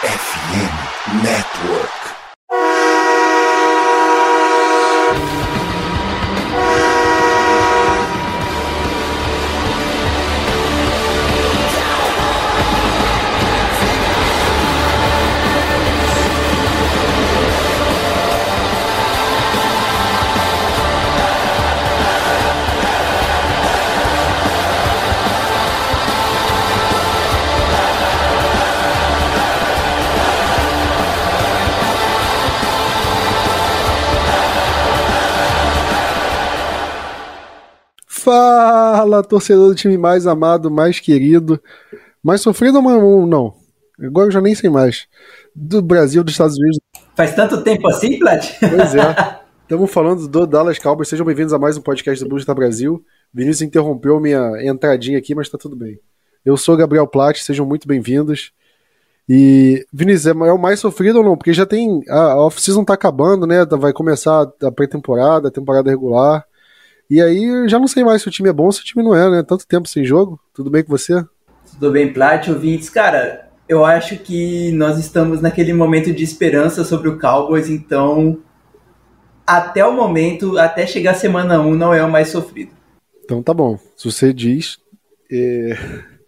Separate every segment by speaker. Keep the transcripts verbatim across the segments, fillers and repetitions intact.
Speaker 1: F M Network.
Speaker 2: Fala, torcedor do time mais amado, mais querido, mais sofrido ou não? Agora eu já nem sei mais. Do Brasil, dos Estados Unidos.
Speaker 3: Faz tanto tempo assim, Plat?
Speaker 2: Pois é. Estamos falando do Dallas Cowboys. Sejam bem-vindos a mais um podcast do Blues da Brasil. Vinícius interrompeu minha entradinha aqui, mas tá tudo bem. Eu sou Gabriel Plat, sejam muito bem-vindos. E, Vinícius, é o mais sofrido ou não? Porque já tem... A off-season tá acabando, né? Vai começar a pré-temporada, a temporada regular. E aí, eu já não sei mais se o time é bom ou se o time não é, né? Tanto tempo sem jogo. Tudo bem com você?
Speaker 3: Tudo bem, Plat, ouvintes. Cara, eu acho que nós estamos naquele momento de esperança sobre o Cowboys, então, até o momento, até chegar a semana um, não é o mais sofrido.
Speaker 2: Então tá bom. Se você diz... É...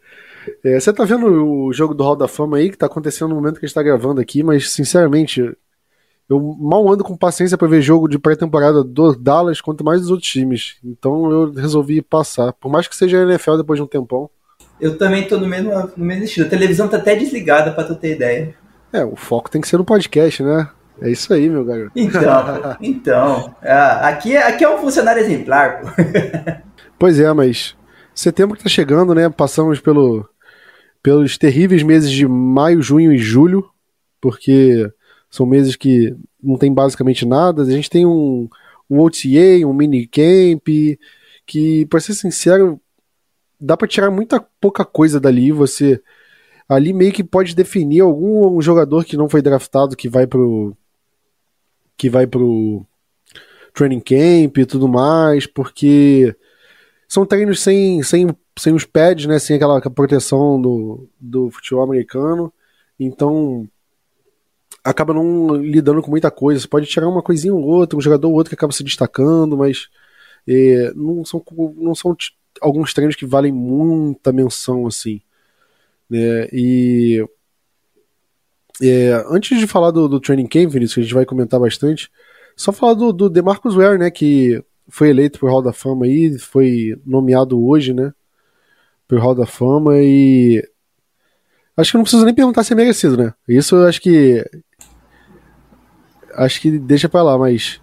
Speaker 2: É, você tá vendo o jogo do Hall da Fama aí, que tá acontecendo no momento que a gente tá gravando aqui, mas, sinceramente... Eu mal ando com paciência pra ver jogo de pré-temporada do Dallas, quanto mais dos outros times. Então eu resolvi passar. Por mais que seja a N F L depois de um tempão.
Speaker 3: Eu também tô no mesmo, no mesmo estilo. A televisão tá até desligada, pra tu ter ideia.
Speaker 2: É, o foco tem que ser no podcast, né? É isso aí, meu garoto.
Speaker 3: Então, então. Aqui, aqui é um funcionário exemplar, pô.
Speaker 2: Pois é, mas setembro tá chegando, né? Passamos pelo, pelos terríveis meses de maio, junho e julho, porque... São meses que não tem basicamente nada. A gente tem um, um O T A, um minicamp, que, pra ser sincero, dá pra tirar muita pouca coisa dali. Você ali meio que pode definir algum jogador que não foi draftado que vai pro que vai pro training camp e tudo mais, porque são treinos sem, sem, sem os pads, né, sem aquela proteção do, do futebol americano. Então acaba não lidando com muita coisa. Você pode tirar uma coisinha ou outra, um jogador ou outro que acaba se destacando, mas é, não são, não são t- alguns treinos que valem muita menção, assim. Né? E é, antes de falar do, do Training Camp, Vinícius, que a gente vai comentar bastante, só falar do, do DeMarcus Ware, né, que foi eleito pro Hall da Fama aí, foi nomeado hoje, né, pro Hall da Fama, e acho que não preciso nem perguntar se é merecido, né? Isso eu acho que Acho que deixa pra lá, mas.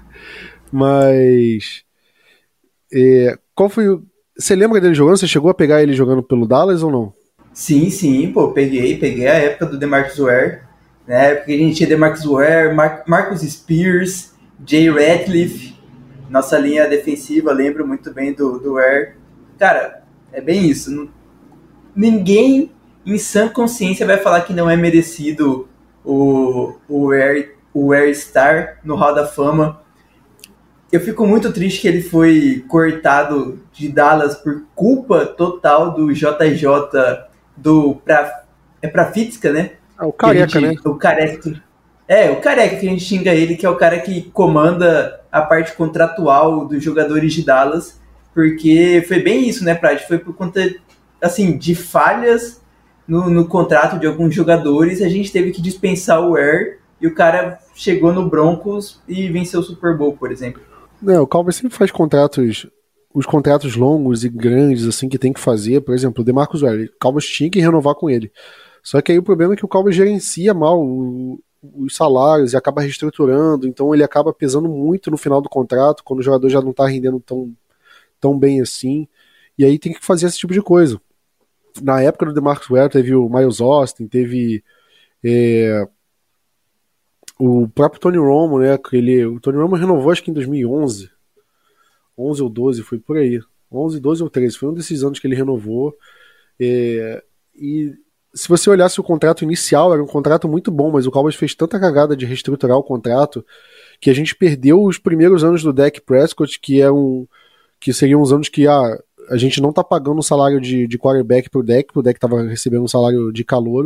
Speaker 2: Mas. É, qual foi o. Você lembra dele jogando? Você chegou a pegar ele jogando pelo Dallas ou não?
Speaker 3: Sim, sim, pô, peguei, peguei a época do DeMarcus Ware, né? Porque a gente tinha DeMarcus Ware, Mar- Marcus Spears, Jay Ratliff, nossa linha defensiva, lembro muito bem do, do Ware. Cara, é bem isso. Não, ninguém em sã consciência vai falar que não é merecido o, o Ware o Ware Star no Hall da Fama. Eu fico muito triste que ele foi cortado de Dallas por culpa total do J J do pra, é pra Fitzka, né?
Speaker 2: Ah, o careca,
Speaker 3: gente,
Speaker 2: né?
Speaker 3: O careca. É, o careca que a gente xinga ele, que é o cara que comanda a parte contratual dos jogadores de Dallas, porque foi bem isso, né, Prade? Foi por conta, assim, de falhas no, no contrato de alguns jogadores, a gente teve que dispensar o Ware. E o cara chegou no Broncos e venceu o Super Bowl, por exemplo.
Speaker 2: Não, o Cowboys sempre faz contratos, os contratos longos e grandes, assim, que tem que fazer. Por exemplo, o DeMarcus Ware, o Cowboys tinha que renovar com ele. Só que aí o problema é que o Cowboys gerencia mal o, os salários e acaba reestruturando, então ele acaba pesando muito no final do contrato, quando o jogador já não tá rendendo tão, tão bem assim. E aí tem que fazer esse tipo de coisa. Na época do DeMarcus Ware teve o Miles Austin, teve... É, o próprio Tony Romo, né? Que ele, o Tony Romo renovou acho que em dois mil e onze. onze ou doze, foi por aí. onze, doze ou treze, foi um desses anos que ele renovou. É, e se você olhasse o contrato inicial, era um contrato muito bom, mas o Cowboys fez tanta cagada de reestruturar o contrato que a gente perdeu os primeiros anos do Dak Prescott, que é um que seriam os anos que ah, a gente não tá pagando o salário de, de quarterback pro Dak, pro Dak tava recebendo um salário de calouro.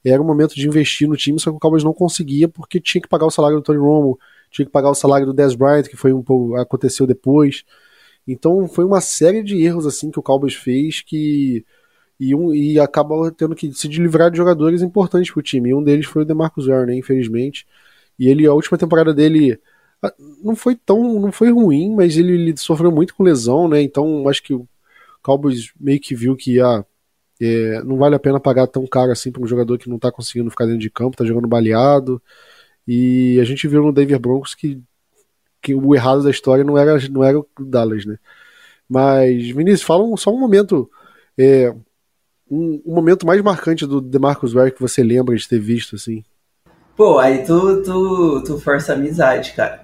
Speaker 2: era o momento de investir no time, só que o Cowboys não conseguia porque tinha que pagar o salário do Tony Romo, tinha que pagar o salário do Dez Bryant, que foi um pouco, aconteceu depois. Então foi uma série de erros assim que o Cowboys fez que e, um, e acaba tendo que se livrar de jogadores importantes pro time. E um deles foi o DeMarcus Ware, né, infelizmente. E ele, a última temporada dele não foi tão, não foi ruim, mas ele, ele sofreu muito com lesão, né? Então acho que o Cowboys meio que viu que ah, é, não vale a pena pagar tão caro assim para um jogador que não tá conseguindo ficar dentro de campo, tá jogando baleado. E a gente viu no Denver Broncos que, que o errado da história não era, não era o Dallas, né? Mas, Vinícius, fala um, só um momento, é, um, um momento mais marcante do DeMarcus Ware que você lembra de ter visto, assim.
Speaker 3: Pô, aí tu, tu, tu força a amizade, cara.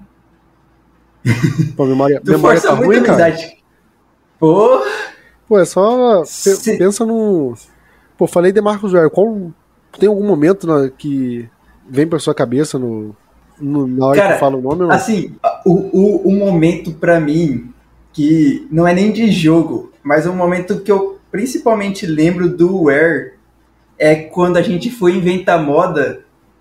Speaker 2: Pô, a memória,
Speaker 3: Tu
Speaker 2: memória
Speaker 3: força
Speaker 2: tá
Speaker 3: muito
Speaker 2: ruim,
Speaker 3: a
Speaker 2: cara?
Speaker 3: amizade. Pô,
Speaker 2: Pô, é só. pe-
Speaker 3: se-
Speaker 2: Pensa no. Pô, falei DeMarcus Ware. Qual, tem algum momento na- que vem pra sua cabeça no, no- na hora que tu fala
Speaker 3: cara,
Speaker 2: o nome ou não?
Speaker 3: assim, o, o, o momento pra mim, que não é nem de jogo, mas o momento que eu principalmente lembro do Ware é quando a gente foi inventar moda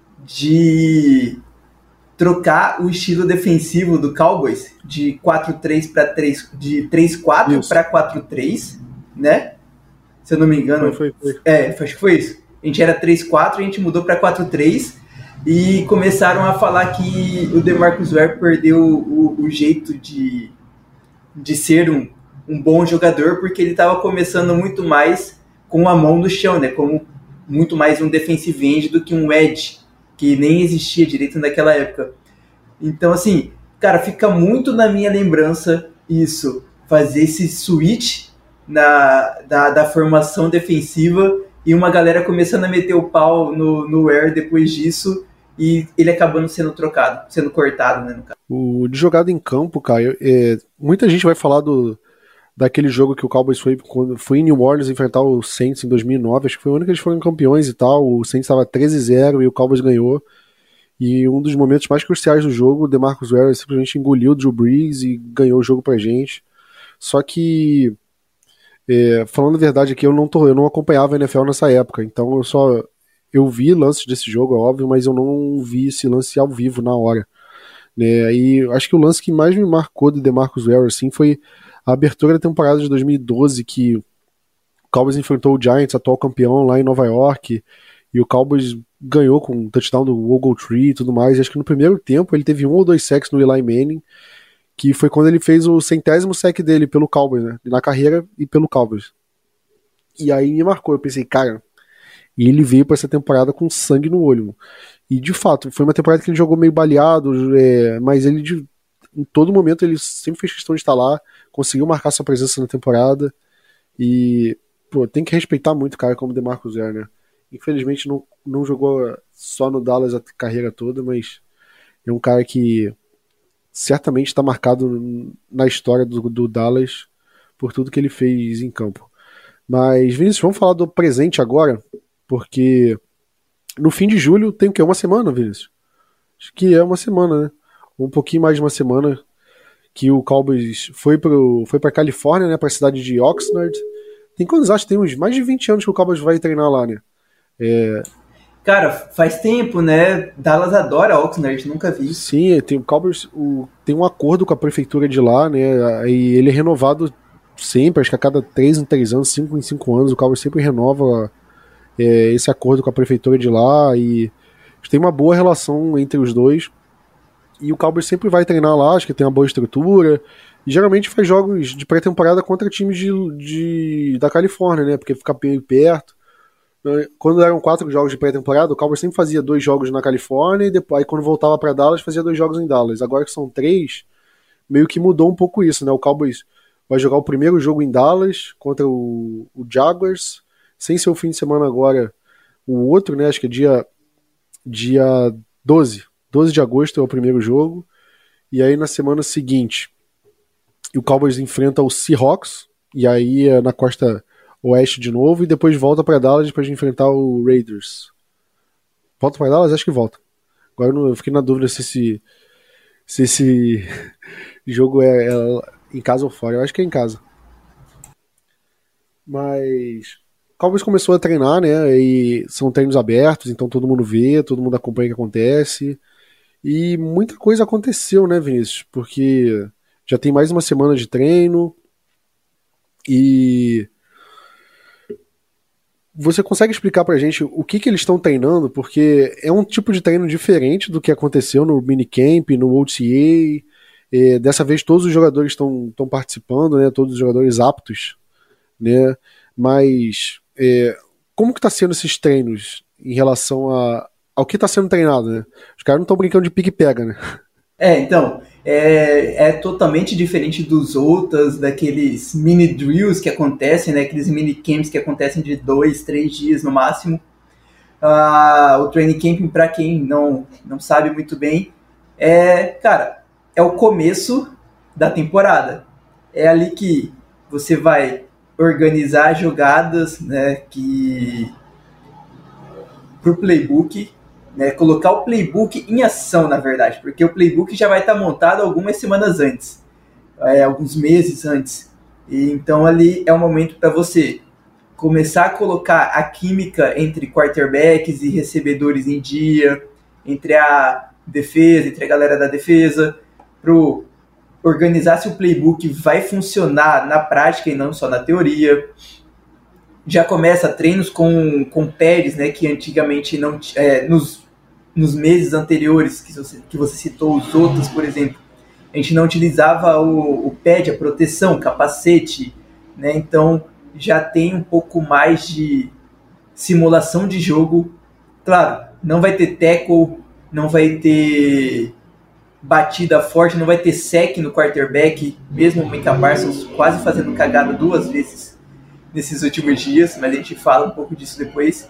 Speaker 3: de trocar o estilo defensivo do Cowboys de quatro três para três, de três quatro
Speaker 2: Isso.
Speaker 3: para quatro três, né? Se eu não me engano,
Speaker 2: Foi, foi, foi.
Speaker 3: é, acho que foi isso. A gente era três quatro, a gente mudou para quatro três e começaram a falar que o DeMarcus Ware perdeu o, o jeito de, de ser um, um bom jogador porque ele estava começando muito mais com a mão no chão, né? Como muito mais um defensive end do que um edge, que nem existia direito naquela época. Então, assim, cara, fica muito na minha lembrança isso, fazer esse switch na, da, da formação defensiva e uma galera começando a meter o pau no, no Ware depois disso e ele acabando sendo trocado, sendo cortado, né, no caso.
Speaker 2: O de jogada em campo, cara, é, muita gente vai falar do, daquele jogo que o Cowboys foi, quando foi em New Orleans enfrentar o Saints em dois mil e nove, acho que foi o ano que eles foram campeões e tal, o Saints estava treze a zero e o Cowboys ganhou. E um dos momentos mais cruciais do jogo, o DeMarcus Ware simplesmente engoliu o Drew Brees e ganhou o jogo pra gente. Só que, é, falando a verdade aqui, eu não, tô, eu não acompanhava a N F L nessa época, então eu só eu vi lances desse jogo, é óbvio, mas eu não vi esse lance ao vivo na hora. Né? E acho que o lance que mais me marcou do DeMarcus Ware assim, foi a abertura da temporada de dois mil e doze, que o Cowboys enfrentou o Giants, atual campeão, lá em Nova York, e o Cowboys ganhou com um touchdown do Ogletree e tudo mais. E acho que no primeiro tempo ele teve um ou dois sacks no Eli Manning, que foi quando ele fez o centésimo sack dele pelo Cowboys, né? Na carreira e pelo Cowboys. E aí me marcou, eu pensei, cara, e ele veio pra essa temporada com sangue no olho. E de fato, foi uma temporada que ele jogou meio baleado, é, mas ele de, em todo momento ele sempre fez questão de estar lá, conseguiu marcar sua presença na temporada. E, pô, tem que respeitar muito o cara como o DeMarcus Ware, né? Infelizmente não, não jogou só no Dallas a carreira toda, mas é um cara que certamente está marcado na história do, do Dallas por tudo que ele fez em campo. Mas, Vinícius, vamos falar do presente agora, porque no fim de julho tem o quê? Uma semana, Vinícius? Acho que é uma semana, né? Um pouquinho mais de uma semana que o Cowboys foi para foi pra Califórnia, né? Para a cidade de Oxnard. Tem quantos anos? Tem uns mais de vinte anos que o Cowboys vai treinar lá, né? É,
Speaker 3: Cara, faz tempo, né? Dallas adora Oxnard, nunca vi.
Speaker 2: sim, tem o Cowboys, o, tem um acordo com a prefeitura de lá, né? E ele é renovado sempre, acho que a cada três em três anos, cinco em cinco anos, o Cowboys sempre renova é, esse acordo com a prefeitura de lá e tem uma boa relação entre os dois. E o Cowboys sempre vai treinar lá, acho que tem uma boa estrutura. E geralmente faz jogos de pré-temporada contra times de, de, da Califórnia, né? Porque fica bem perto. Quando eram quatro jogos de pré-temporada, o Cowboys sempre fazia dois jogos na Califórnia e depois, aí quando voltava para Dallas, fazia dois jogos em Dallas. Agora que são três, meio que mudou um pouco isso, né? O Cowboys vai jogar o primeiro jogo em Dallas contra o, o Jaguars, sem ser o fim de semana agora o outro, né? Acho que é dia, dia doze. doze de agosto é o primeiro jogo. E aí na semana seguinte, o Cowboys enfrenta o Seahawks, e aí é na costa oeste de novo, e depois volta para Dallas depois de enfrentar o Raiders. Volta para Dallas? Acho que volta. Agora eu, não, eu fiquei na dúvida se esse, se esse jogo é, é em casa ou fora. Eu acho que é em casa. Mas Cowboys começou a treinar, né? E são treinos abertos, então todo mundo vê, todo mundo acompanha o que acontece. E muita coisa aconteceu, né, Vinícius? Porque já tem mais uma semana de treino e você consegue explicar pra gente o que, que eles estão treinando? Porque é um tipo de treino diferente do que aconteceu no minicamp, no O T A. É, dessa vez todos os jogadores estão participando, né? Todos os jogadores aptos, né? Mas é, como que tá sendo esses treinos em relação a, ao que tá sendo treinado, né? Os caras não estão brincando de pique-pega, né?
Speaker 3: É, então, é, é totalmente diferente dos outros, daqueles mini drills que acontecem, né? Aqueles mini camps que acontecem de dois, três dias no máximo. Ah, o training camping, para quem não, não sabe muito bem, é, cara, é o começo da temporada. É ali que você vai organizar jogadas, né, que pro playbook, né, colocar o playbook em ação, na verdade, porque o playbook já vai estar montado algumas semanas antes, é, alguns meses antes. E então ali é o momento para você começar a colocar a química entre quarterbacks e recebedores em dia, entre a defesa, entre a galera da defesa, pro organizar se o playbook vai funcionar na prática e não só na teoria. Já começa treinos com, com pads, né, que antigamente não é, nos, nos meses anteriores que você, que você citou, os outros, por exemplo, a gente não utilizava o, o pad, a proteção, o capacete, né, então já tem um pouco mais de simulação de jogo. Claro, não vai ter tackle, não vai ter batida forte, não vai ter sec no quarterback, mesmo o Micah Parsons quase fazendo cagada duas vezes nesses últimos dias, mas a gente fala um pouco disso depois.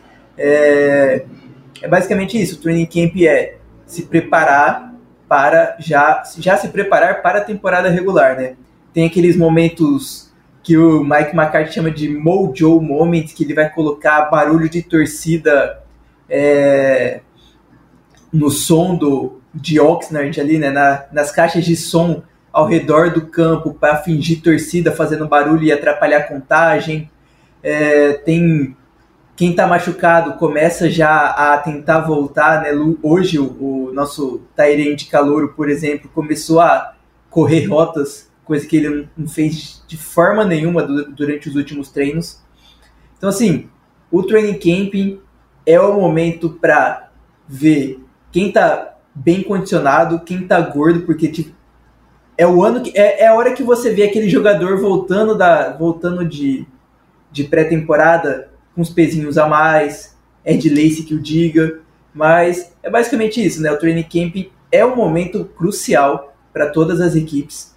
Speaker 3: É, é basicamente isso, o training camp é se preparar para já, já se preparar para a temporada regular, né? Tem aqueles momentos que o Mike McCarthy chama de mojo moments, que ele vai colocar barulho de torcida é, no som do, de Oxnard ali, né, na, nas caixas de som ao redor do campo para fingir torcida, fazendo barulho e atrapalhar a contagem. É, tem quem está machucado começa já a tentar voltar, né? Hoje o, o nosso tight end calouro, por exemplo, começou a correr rotas, coisa que ele não fez de forma nenhuma durante os últimos treinos. Então, assim, o training camping é o momento para ver quem tá bem condicionado, quem tá gordo, porque tipo, é o ano que é, é a hora que você vê aquele jogador voltando da voltando de, de pré-temporada com os pezinhos a mais, Ed Lacy que o diga, mas é basicamente isso, né? O training camping é um momento crucial para todas as equipes.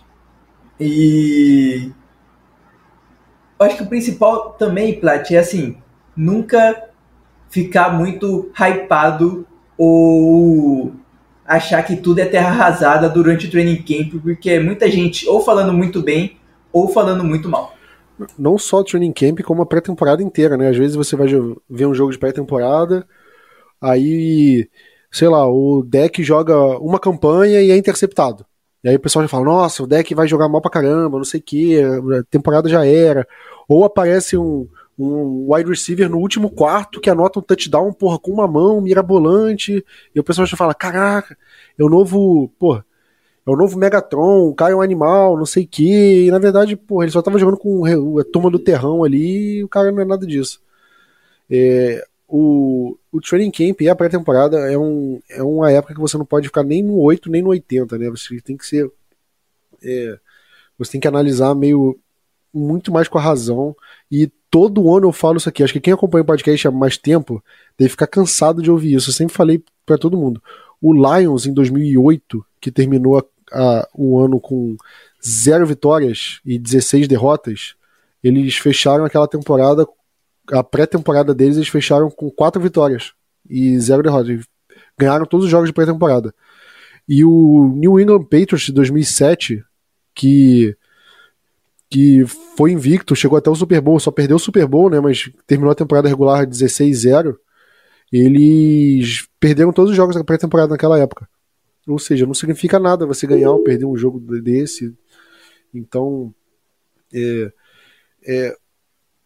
Speaker 3: E eu acho que o principal também, Plat, é assim, nunca ficar muito hypado ou achar que tudo é terra arrasada durante o training camp, porque é muita gente ou falando muito bem ou falando muito mal.
Speaker 2: Não só o training camp, como a pré-temporada inteira, né? Às vezes você vai ver um jogo de pré-temporada, aí, sei lá, o deck joga uma campanha e é interceptado. E aí o pessoal já fala, nossa, o deck vai jogar mal pra caramba, não sei o que, a temporada já era. Ou aparece um, um wide receiver no último quarto que anota um touchdown, porra, com uma mão, mirabolante, e o pessoal já fala, caraca, é o novo, porra, é o novo Megatron, o cara é um animal, não sei o que, e na verdade, porra, ele só tava jogando com a turma do terrão ali, e o cara não é nada disso. É, o, o training camp e a pré-temporada é, um, é uma época que você não pode ficar nem no oito, nem no oitenta, né, você tem que ser, é, você tem que analisar meio, muito mais com a razão, e todo ano eu falo isso aqui, acho que quem acompanha o podcast há mais tempo deve ficar cansado de ouvir isso, eu sempre falei pra todo mundo, o Lions em dois mil e oito, que terminou a, a, um ano com zero vitórias e dezesseis derrotas, eles fecharam aquela temporada, a pré-temporada deles eles fecharam com quatro vitórias e zero derrotas, ganharam todos os jogos de pré-temporada. E o New England Patriots de dois mil e sete, que que foi invicto, chegou até o Super Bowl, só perdeu o Super Bowl, né, mas terminou a temporada regular dezesseis a zero, eles perderam todos os jogos da pré-temporada naquela época. Ou seja, não significa nada você ganhar ou perder um jogo desse. Então, é, é,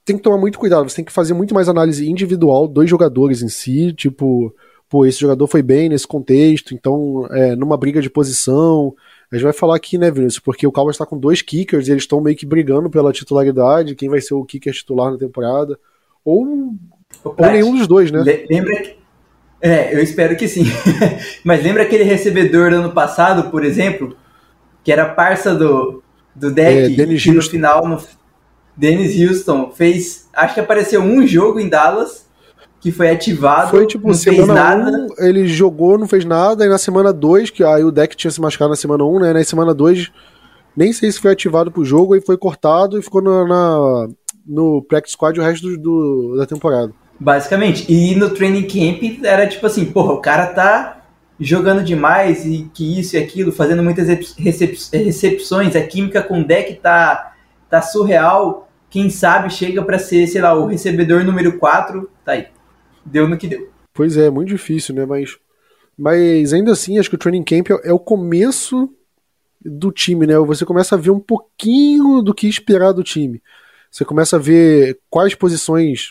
Speaker 2: tem que tomar muito cuidado, você tem que fazer muito mais análise individual dos jogadores em si, tipo, pô, esse jogador foi bem nesse contexto, então, é, numa briga de posição, a gente vai falar aqui, né, Vinícius, porque o Cowboys tá com dois kickers e eles estão meio que brigando pela titularidade, quem vai ser o kicker titular na temporada, ou,
Speaker 3: Ô,
Speaker 2: ou
Speaker 3: Plat,
Speaker 2: nenhum dos dois, né?
Speaker 3: le- lembra que... É, eu espero que sim. Mas lembra aquele recebedor do ano passado, por exemplo, que era parça do, do deck,
Speaker 2: É,
Speaker 3: e
Speaker 2: Dennis
Speaker 3: que no
Speaker 2: Houston.
Speaker 3: final, no, Dennis Houston fez, acho que apareceu um jogo em Dallas, que foi ativado,
Speaker 2: Foi tipo,
Speaker 3: não fez
Speaker 2: semana
Speaker 3: nada.
Speaker 2: um, ele jogou, não fez nada, e na semana dois, que aí o deck tinha se machucado na semana um, né? Na semana dois, nem sei se foi ativado pro jogo, e foi cortado e ficou na, na- no practice squad o resto do, do- da temporada.
Speaker 3: Basicamente. E no training camp era tipo assim, porra, o cara tá jogando demais e que isso e aquilo, fazendo muitas recep- recepções, a química com o deck tá, tá surreal. Quem sabe chega pra ser, sei lá, o recebedor número quatro, tá aí. Deu no que deu.
Speaker 2: Pois é, muito difícil, né? Mas, mas ainda assim, acho que o training camp é, é o começo do time, né? Você começa a ver um pouquinho do que esperar do time. Você começa a ver quais posições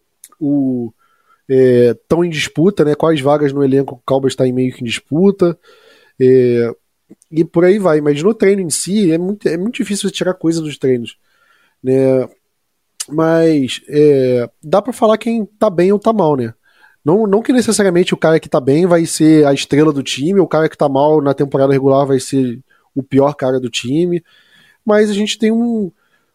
Speaker 2: o estão em disputa, né? Quais vagas no elenco o Cowboys está em meio que em disputa, é, e por aí vai. Mas no treino em si é muito, é muito difícil você tirar coisa dos treinos, né? Mas é, dá pra falar quem tá bem ou tá mal, né? Não, não que necessariamente o cara que tá bem vai ser a estrela do time, o cara que tá mal na temporada regular vai ser o pior cara do time, mas a gente tem um,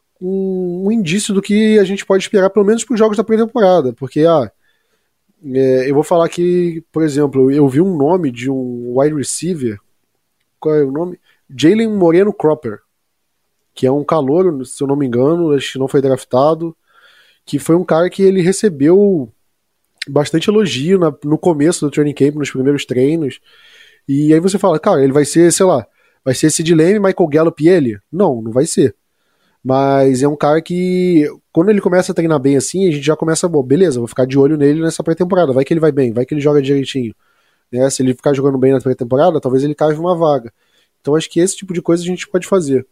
Speaker 2: um, um indício do que a gente pode esperar, pelo menos para os jogos da pré-temporada, porque ah, é, eu vou falar que, por exemplo, eu vi um nome de um wide receiver, qual é o nome? Jalen Moreno Cropper, que é um calouro, se eu não me engano, acho que não foi draftado, que foi um cara que ele recebeu bastante elogio na, no começo do training camp, nos primeiros treinos, e aí você fala, cara, ele vai ser, sei lá, vai ser Sid Lamb, Michael Gallup e ele? Não, não vai ser. Mas é um cara que, quando ele começa a treinar bem assim, a gente já começa, bom, beleza, vou ficar de olho nele nessa pré-temporada, vai que ele vai bem, vai que ele joga direitinho. Né? Se ele ficar jogando bem na pré-temporada, talvez ele caiva uma vaga. Então acho que esse tipo de coisa a gente pode fazer.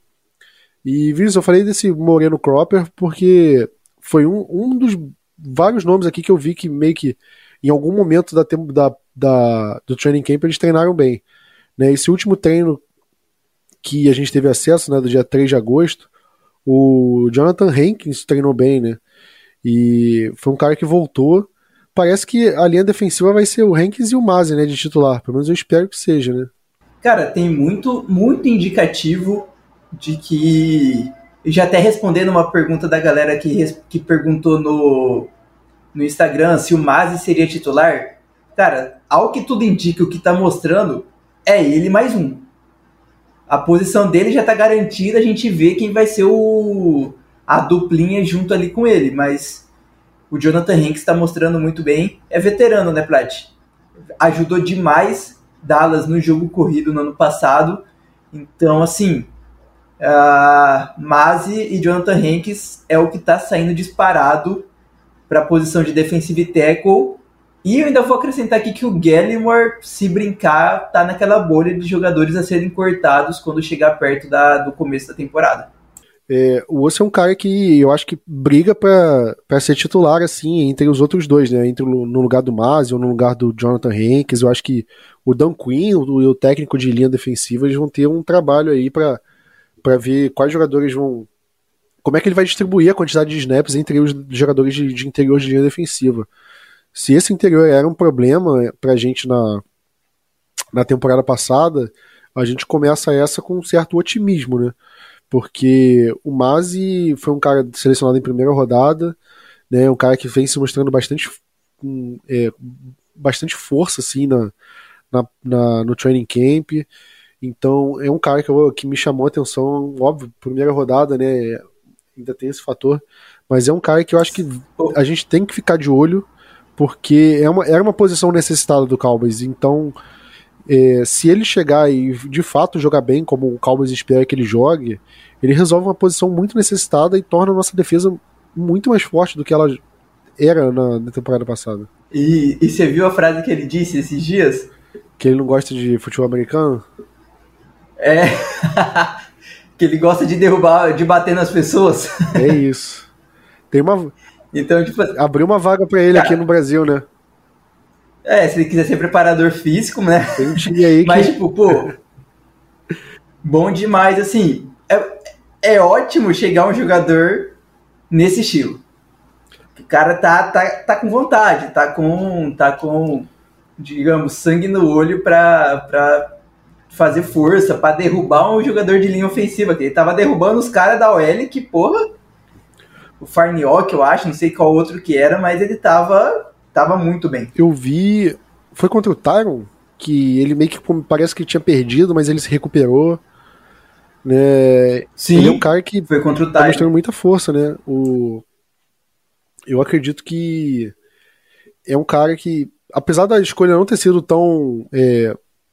Speaker 2: E, Vinícius, eu falei desse Moreno Cropper porque foi um, um dos vários nomes aqui que eu vi que meio que em algum momento da, da, da, do training camp eles treinaram bem. Né? Esse último treino que a gente teve acesso, né, do dia três de agosto, o Jonathan Hankins treinou bem, né? E foi um cara que voltou. Parece que a linha defensiva vai ser o Hankins e o Mazi, né, de titular. Pelo menos eu espero que seja, né?
Speaker 3: Cara, tem muito, muito indicativo de que... Já até respondendo uma pergunta da galera que, que perguntou no, no Instagram se o Mazi seria titular. Cara, ao que tudo indica, o que tá mostrando é ele mais um. A posição dele já tá garantida, a gente vê quem vai ser o, a duplinha junto ali com ele, mas o Jonathan Hankins tá mostrando muito bem, é veterano, né, Plat? Ajudou demais Dallas no jogo corrido no ano passado, então, assim, uh, Mazi e Jonathan Hankins é o que tá saindo disparado para a posição de defensive tackle. E eu ainda vou acrescentar aqui que o Gallimore, se brincar, tá naquela bolha de jogadores a serem cortados quando chegar perto da, do começo da temporada.
Speaker 2: É, o Osso é um cara que eu acho que briga pra, pra ser titular, assim, entre os outros dois, né? Entre o, no lugar do Mazi ou no lugar do Jonathan Hankins. Eu acho que o Dan Quinn, o, o técnico de linha defensiva, eles vão ter um trabalho aí pra, pra ver quais jogadores vão... Como é que ele vai distribuir a quantidade de snaps entre os jogadores de, de interior de linha defensiva. Se esse interior era um problema pra gente na, na temporada passada, a gente começa essa com um certo otimismo, né? Porque o Mazi foi um cara selecionado em primeira rodada, né? Um cara que vem se mostrando bastante, é, bastante força assim, na, na, na, no training camp. Então é um cara que, eu, que me chamou a atenção, óbvio, primeira rodada, né? Ainda tem esse fator, mas é um cara que eu acho que a gente tem que ficar de olho, porque é uma, era uma posição necessitada do Cowboys. Então, é, se ele chegar e de fato jogar bem, como o Cowboys espera que ele jogue, ele resolve uma posição muito necessitada e torna a nossa defesa muito mais forte do que ela era na, na temporada passada.
Speaker 3: E, e você viu a frase que ele disse esses dias?
Speaker 2: Que ele não gosta de futebol americano?
Speaker 3: É, que ele gosta de derrubar, de bater nas pessoas.
Speaker 2: É isso. Tem uma...
Speaker 3: Então, tipo...
Speaker 2: Abriu uma vaga pra ele, cara, aqui no Brasil, né?
Speaker 3: É, se ele quiser ser preparador físico, né?
Speaker 2: Tem um time aí
Speaker 3: Mas,
Speaker 2: que...
Speaker 3: tipo, pô... Bom demais, assim... É, é ótimo chegar um jogador nesse estilo. O cara tá, tá, tá com vontade, tá com, tá com, digamos, sangue no olho pra, pra fazer força, pra derrubar um jogador de linha ofensiva. Que ele tava derrubando os caras da O L, que, porra, o Farniok, eu acho, não sei qual outro que era, mas ele tava, tava muito bem.
Speaker 2: Eu vi, foi contra o Tyron, que ele meio que parece que tinha perdido, mas ele se recuperou. Né?
Speaker 3: Sim,
Speaker 2: ele é um cara que
Speaker 3: foi contra o
Speaker 2: tá mostrando muita força, né? O... Eu acredito que é um cara que, apesar da escolha não ter sido tão é,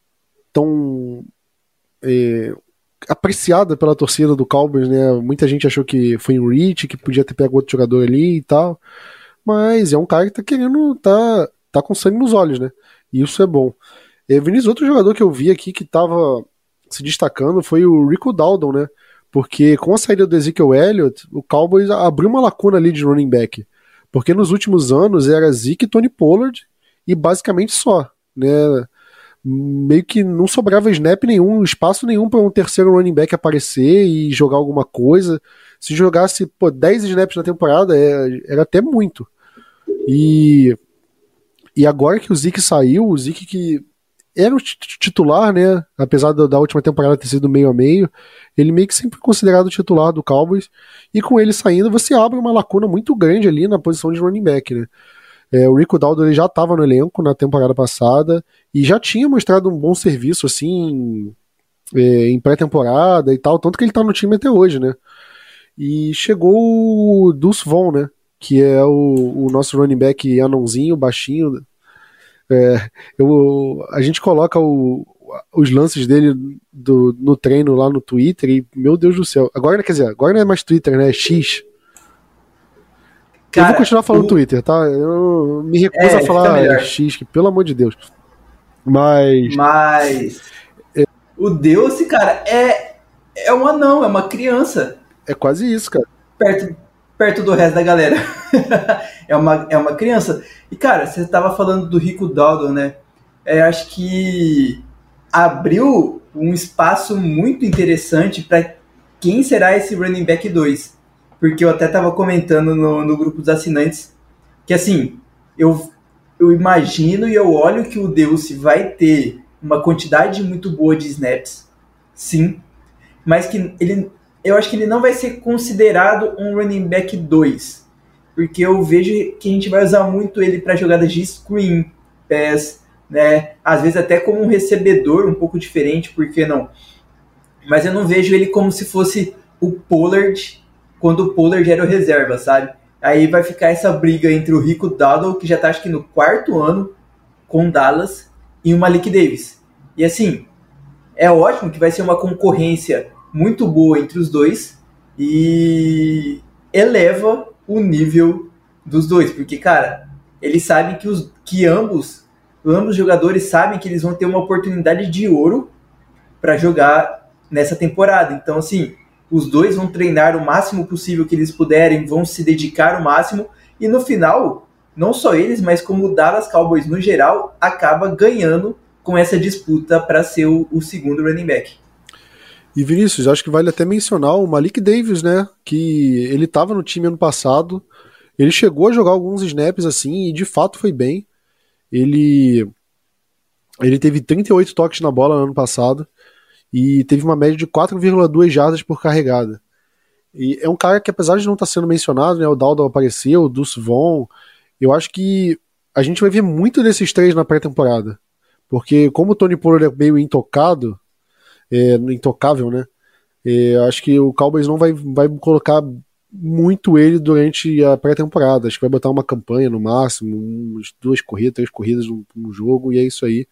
Speaker 2: tão é, apreciada pela torcida do Cowboys, né? Muita gente achou que foi um reach, que podia ter pego outro jogador ali e tal, mas é um cara que tá querendo, tá, tá com sangue nos olhos, né? E isso é bom. É, Vinícius, outro jogador que eu vi aqui que tava se destacando foi o Rico Dowdle, né? Porque com a saída do Ezekiel Elliott, o Cowboys abriu uma lacuna ali de running back. Porque nos últimos anos era Zeke e Tony Pollard e basicamente só, né? Meio que não sobrava snap nenhum, espaço nenhum para um terceiro running back aparecer e jogar alguma coisa. Se jogasse, pô, dez snaps na temporada, era até muito. E, e agora que o Zeke saiu, o Zeke que era o titular, né? Apesar da última temporada ter sido meio a meio, ele meio que sempre considerado o titular do Cowboys, e com ele saindo, você abre uma lacuna muito grande ali na posição de running back, né? É, o Rico Dowdle já estava no elenco na temporada passada e já tinha mostrado um bom serviço, assim, é, em pré-temporada e tal, tanto que ele tá no time até hoje, né? E chegou o Deuce Vaughn, né? Que é o, o nosso running back anãozinho, baixinho. É, eu, a gente coloca o, os lances dele do, no treino lá no Twitter e, meu Deus do céu, agora, quer dizer, agora não é mais Twitter, né, é X. Cara, eu vou continuar falando o... Twitter, tá? Eu me recuso é, a falar X, que, pelo amor de Deus. Mas...
Speaker 3: Mas... É... O Deus, cara, é, é um anão, é uma criança.
Speaker 2: É quase isso, cara.
Speaker 3: Perto... perto do resto da galera. é, uma, é uma criança. E, cara, você estava falando do Rico Dowdle, né? É, acho que abriu um espaço muito interessante para quem será esse running back dois. Porque eu até estava comentando no, no grupo dos assinantes que, assim, eu, eu imagino e eu olho que o Deuce vai ter uma quantidade muito boa de snaps, sim, mas que ele... eu acho que ele não vai ser considerado um running back dois, porque eu vejo que a gente vai usar muito ele para jogadas de screen, pass, né? Às vezes até como um recebedor um pouco diferente, por que não? Mas eu não vejo ele como se fosse o Pollard, quando o Pollard era o reserva, sabe? Aí vai ficar essa briga entre o Rico Dowdle, que já tá acho que no quarto ano com Dallas, e o Malik Davis. E assim, é ótimo que vai ser uma concorrência muito boa entre os dois e eleva o nível dos dois, porque, cara, eles sabem que, os, que ambos, ambos jogadores sabem que eles vão ter uma oportunidade de ouro para jogar nessa temporada. Então, assim, os dois vão treinar o máximo possível que eles puderem, vão se dedicar o máximo, e no final, não só eles, mas como o Dallas Cowboys no geral, acaba ganhando com essa disputa para ser o, o segundo running back.
Speaker 2: E Vinícius, acho que vale até mencionar o Malik Davis, né? Que ele estava no time ano passado, ele chegou a jogar alguns snaps assim e de fato foi bem. Ele, ele teve trinta e oito toques na bola no ano passado e teve uma média de quatro vírgula duas jardas por carregada. E é um cara que, apesar de não estar sendo mencionado, né? O Dowdle apareceu, o Deuce Vaughn, eu acho que a gente vai ver muito desses três na pré-temporada. Porque como o Tony Pollard é meio intocado, É, intocável, né? É, acho que o Cowboys não vai, vai colocar muito ele durante a pré-temporada. Acho que vai botar uma campanha no máximo, umas duas corridas, três corridas no, no jogo, e é isso aí.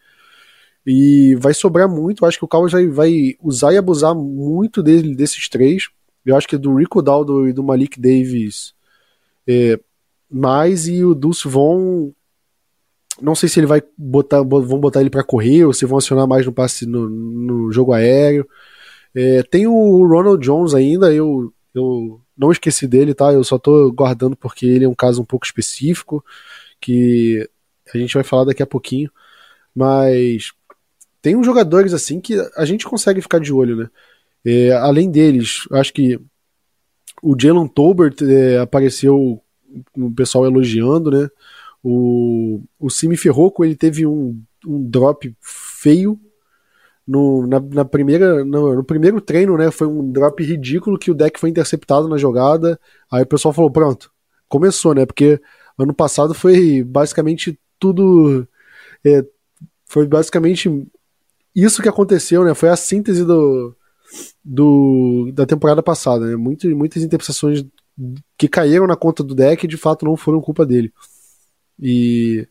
Speaker 2: E vai sobrar muito. Acho que o Cowboys vai, vai usar e abusar muito dele, desses três. Eu acho que do Rico Dowdle e do Malik Davis é, mais, e o Deuce Vaughn, não sei se ele vai botar, vão botar ele para correr ou se vão acionar mais no passe no, no jogo aéreo. É, tem o Ronald Jones ainda, eu, eu não esqueci dele, tá? Eu só tô guardando porque ele é um caso um pouco específico, que a gente vai falar daqui a pouquinho, mas tem uns jogadores assim que a gente consegue ficar de olho, né? É, além deles, acho que o Jalen Tolbert é, apareceu o pessoal elogiando, né? O, o Simi Ferroco, ele teve um, um drop feio no, na, na primeira, no, no primeiro treino, né? Foi um drop ridículo que o deck foi interceptado na jogada. Aí o pessoal falou, pronto, começou, né? Porque ano passado foi basicamente tudo... É, foi basicamente isso que aconteceu, né? Foi a síntese do, do, da temporada passada, né? Muito, muitas interceptações que caíram na conta do deck e de fato não foram culpa dele. E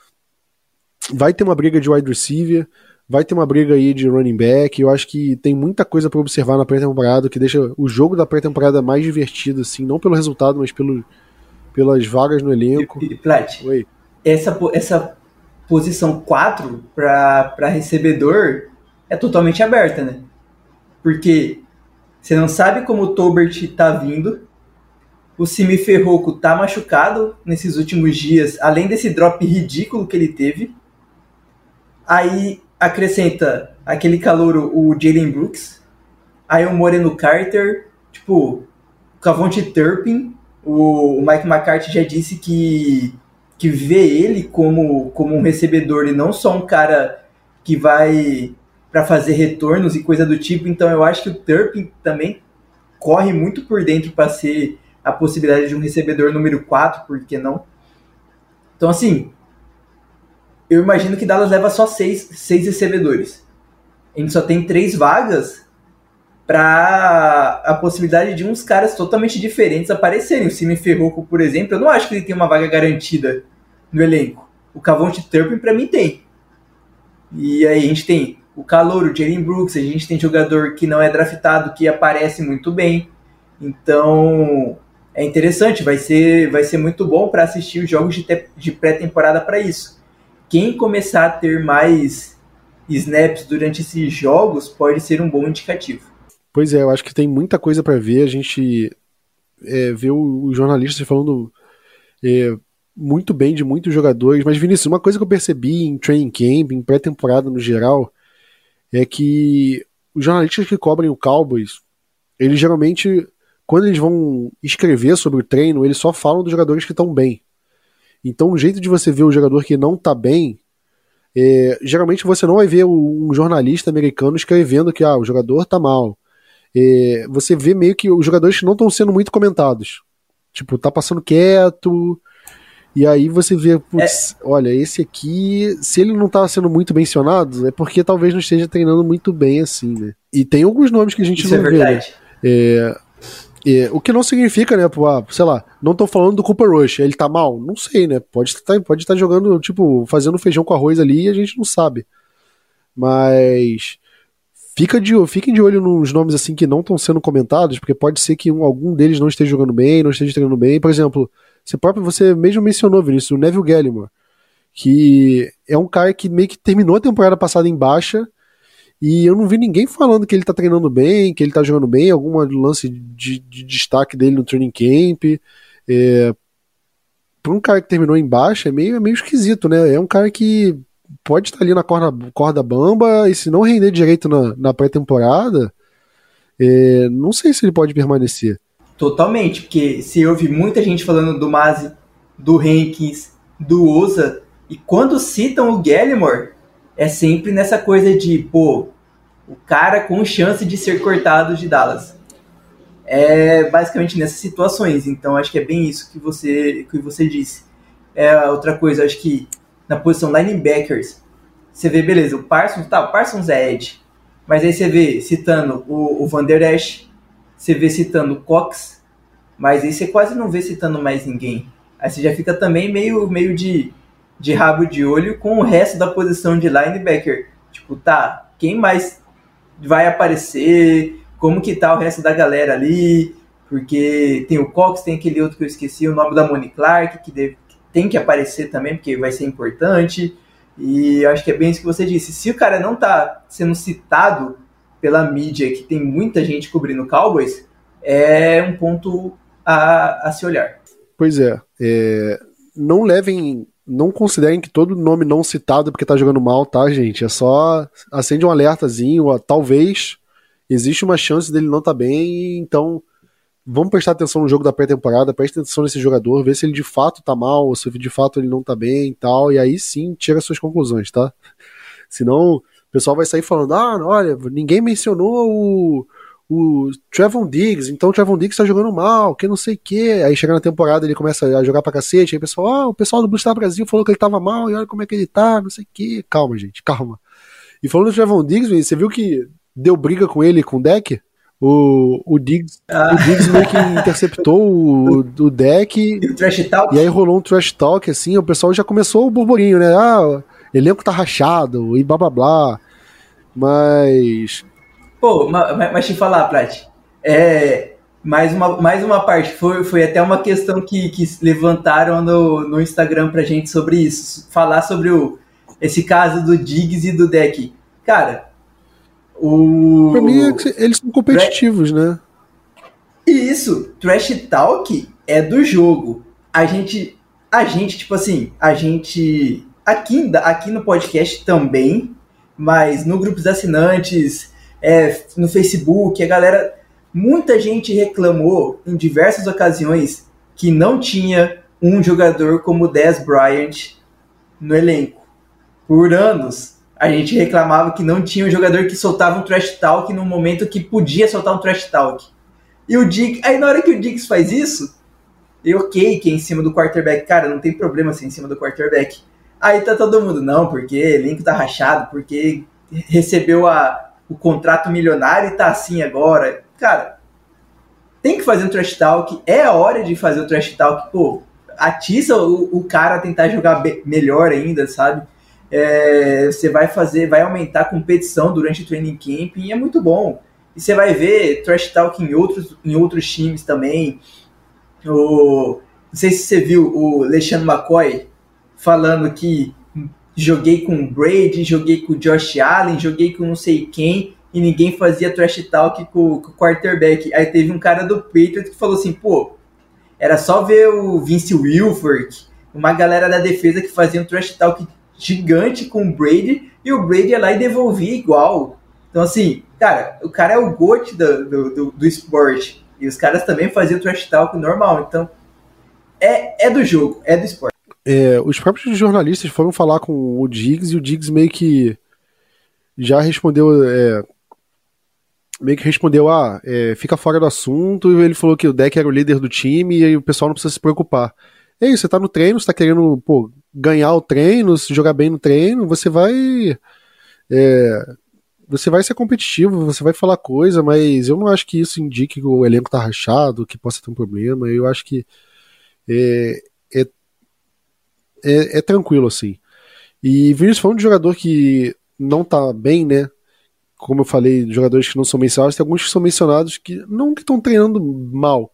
Speaker 2: vai ter uma briga de wide receiver, vai ter uma briga aí de running back. Eu acho que tem muita coisa para observar na pré-temporada que deixa o jogo da pré-temporada mais divertido, assim, não pelo resultado, mas pelo, pelas vagas no elenco.
Speaker 3: E, e Plat,
Speaker 2: Oi.
Speaker 3: Essa, essa posição quatro para recebedor é totalmente aberta, né? Porque você não sabe como o Tolbert tá vindo, o Simi Ferroco tá machucado nesses últimos dias, além desse drop ridículo que ele teve. Aí acrescenta aquele calouro, o Jalen Brooks, aí o Moreno Carter, tipo, o Cavonte Turpin, o, o Mike McCarthy já disse que, que vê ele como, como um recebedor e não só um cara que vai para fazer retornos e coisa do tipo. Então eu acho que o Turpin também corre muito por dentro para ser a possibilidade de um recebedor número quatro, por que não? Então, assim, eu imagino que Dallas leva só seis, seis recebedores. A gente só tem três vagas para a possibilidade de uns caras totalmente diferentes aparecerem. O Simi Ferroco, por exemplo, eu não acho que ele tem uma vaga garantida no elenco. O Cavonte Turpin, para mim, tem. E aí a gente tem o calouro, o Jalen Brooks, a gente tem jogador que não é draftado, que aparece muito bem. Então, é interessante, vai ser, vai ser muito bom para assistir os jogos de, te, de pré-temporada para isso. Quem começar a ter mais snaps durante esses jogos pode ser um bom indicativo.
Speaker 2: Pois é, eu acho que tem muita coisa para ver. A gente é, vê os jornalistas falando é, muito bem de muitos jogadores. Mas, Vinícius, uma coisa que eu percebi em training camp, em pré-temporada no geral, é que os jornalistas que cobrem o Cowboys, eles geralmente, quando eles vão escrever sobre o treino, eles só falam dos jogadores que estão bem. Então, o jeito de você ver o jogador que não tá bem, é, geralmente você não vai ver um jornalista americano escrevendo que ah, o jogador tá mal. É, você vê meio que os jogadores não estão sendo muito comentados. Tipo, tá passando quieto, e aí você vê, putz, é. olha, esse aqui, se ele não tá sendo muito mencionado, é porque talvez não esteja treinando muito bem assim, né? E tem alguns nomes que a gente
Speaker 3: Isso
Speaker 2: não
Speaker 3: é
Speaker 2: vê,
Speaker 3: verdade.
Speaker 2: né? É, É, o que não significa, né, pô, ah, sei lá, não tô falando do Cooper Rush, ele tá mal? Não sei, né, pode estar pode estar jogando, tipo, fazendo feijão com arroz ali e a gente não sabe. Mas fica de, fiquem de olho nos nomes assim que não estão sendo comentados, porque pode ser que um, algum deles não esteja jogando bem, não esteja treinando bem. Por exemplo, você próprio, você mesmo mencionou, Vinícius, o Neville Gallimore, que é um cara que meio que terminou a temporada passada em baixa. E eu não vi ninguém falando que ele tá treinando bem, que ele tá jogando bem, algum lance de, de destaque dele no training camp. É, para um cara que terminou em baixa, é meio, é meio esquisito, né? É um cara que pode estar ali na corda, corda bamba, e se não render direito na, na pré-temporada, é, não sei se ele pode permanecer.
Speaker 3: Totalmente, porque se ouve muita gente falando do Mazi, do Hankins, do Oza, e quando citam o Gallimore, é sempre nessa coisa de, pô, o cara com chance de ser cortado de Dallas. É basicamente nessas situações. Então acho que é bem isso que você, que você disse. É outra coisa, acho que na posição linebackers, você vê, beleza, o Parsons, tá, o Parsons é edge, mas aí você vê citando o, o Van Der Esch, você vê citando o Cox, mas aí você quase não vê citando mais ninguém. Aí você já fica também meio, meio de... de rabo de olho com o resto da posição de linebacker. Tipo, tá, quem mais vai aparecer? Como que tá o resto da galera ali? Porque tem o Cox, tem aquele outro que eu esqueci, o nome da Moni Clark, que, deve, que tem que aparecer também, porque vai ser importante. E eu acho que é bem isso que você disse. Se o cara não tá sendo citado pela mídia, que tem muita gente cobrindo o Cowboys, é um ponto a, a se olhar.
Speaker 2: Pois é, é, não levem, não considerem que todo nome não citado é porque tá jogando mal, tá, gente? É só acende um alertazinho, ó, talvez existe uma chance dele não tá bem, então vamos prestar atenção no jogo da pré-temporada, preste atenção nesse jogador, ver se ele de fato tá mal, ou se de fato ele não tá bem e tal, e aí sim tira suas conclusões, tá? Senão o pessoal vai sair falando, ah, olha, ninguém mencionou o, o Trevon Diggs, então o Trevon Diggs tá jogando mal, que não sei o que, aí chega na temporada ele começa a jogar pra cacete, aí o pessoal, ah, o pessoal do Blue Star Brasil falou que ele tava mal, e olha como é que ele tá, não sei o que, calma gente, calma. E falando do Trevon Diggs, você viu que deu briga com ele e com o deck? O, o, Diggs, ah. o Diggs meio que interceptou o, o deck
Speaker 3: e, o trash talk.
Speaker 2: E aí rolou um trash talk, assim, o pessoal já começou o burburinho, né? Ah, o elenco tá rachado e blá blá blá. Mas.
Speaker 3: Pô, mas, mas te falar, Plat, é, mais, uma, mais uma parte, foi, foi até uma questão que, que levantaram no, no Instagram pra gente sobre isso. Falar sobre o, esse caso do Diggs e do deck. Cara. O...
Speaker 2: Pra mim, é que eles são competitivos, Tra... né?
Speaker 3: Isso, Trash Talk é do jogo. A gente, a gente, tipo assim, a gente, aqui, aqui no podcast também, mas no grupo dos assinantes, é, no Facebook, a galera, muita gente reclamou em diversas ocasiões que não tinha um jogador como o Dez Bryant no elenco. Por anos, a gente reclamava que não tinha um jogador que soltava um trash talk no momento que podia soltar um trash talk. E o Diggs, aí na hora que o Diggs faz isso, eu ok, que é em cima do quarterback, cara, não tem problema ser em cima do quarterback. Aí tá todo mundo, não, porque elenco tá rachado, porque recebeu a, o contrato milionário e tá assim agora. Cara, tem que fazer um trash talk, é a hora de fazer o trash talk, pô, atiça o, o cara a tentar jogar be- melhor ainda, sabe? É, você vai fazer, vai aumentar a competição durante o training camp e é muito bom. E você vai ver trash talk em outros, em outros times também. O, não sei se você viu o LeSean McCoy falando que joguei com o Brady, joguei com o Josh Allen, joguei com não sei quem e ninguém fazia trash talk com, com o quarterback. Aí teve um cara do Patriots que falou assim, pô, era só ver o Vince Wilfork, uma galera da defesa que fazia um trash talk gigante com o Brady, e o Brady ia lá e devolvia igual. Então assim, cara, o cara é o GOAT do, do, do, do esporte, e os caras também faziam trash talk normal, então é, é do jogo, é do esporte.
Speaker 2: É, os próprios jornalistas foram falar com o Diggs, e o Diggs meio que já respondeu, é, meio que respondeu, ah, é, fica fora do assunto, e ele falou que o deck era o líder do time, e aí o pessoal não precisa se preocupar. É isso, você tá no treino, você tá querendo, pô, ganhar o treino, se jogar bem no treino, você vai é, você vai ser competitivo, você vai falar coisa, mas eu não acho que isso indique que o elenco tá rachado, que possa ter um problema. Eu acho que é, é, é, é tranquilo, assim. E Vinícius, falando de jogador que não tá bem, né, como eu falei, jogadores que não são mencionados, tem alguns que são mencionados que não que estão treinando mal,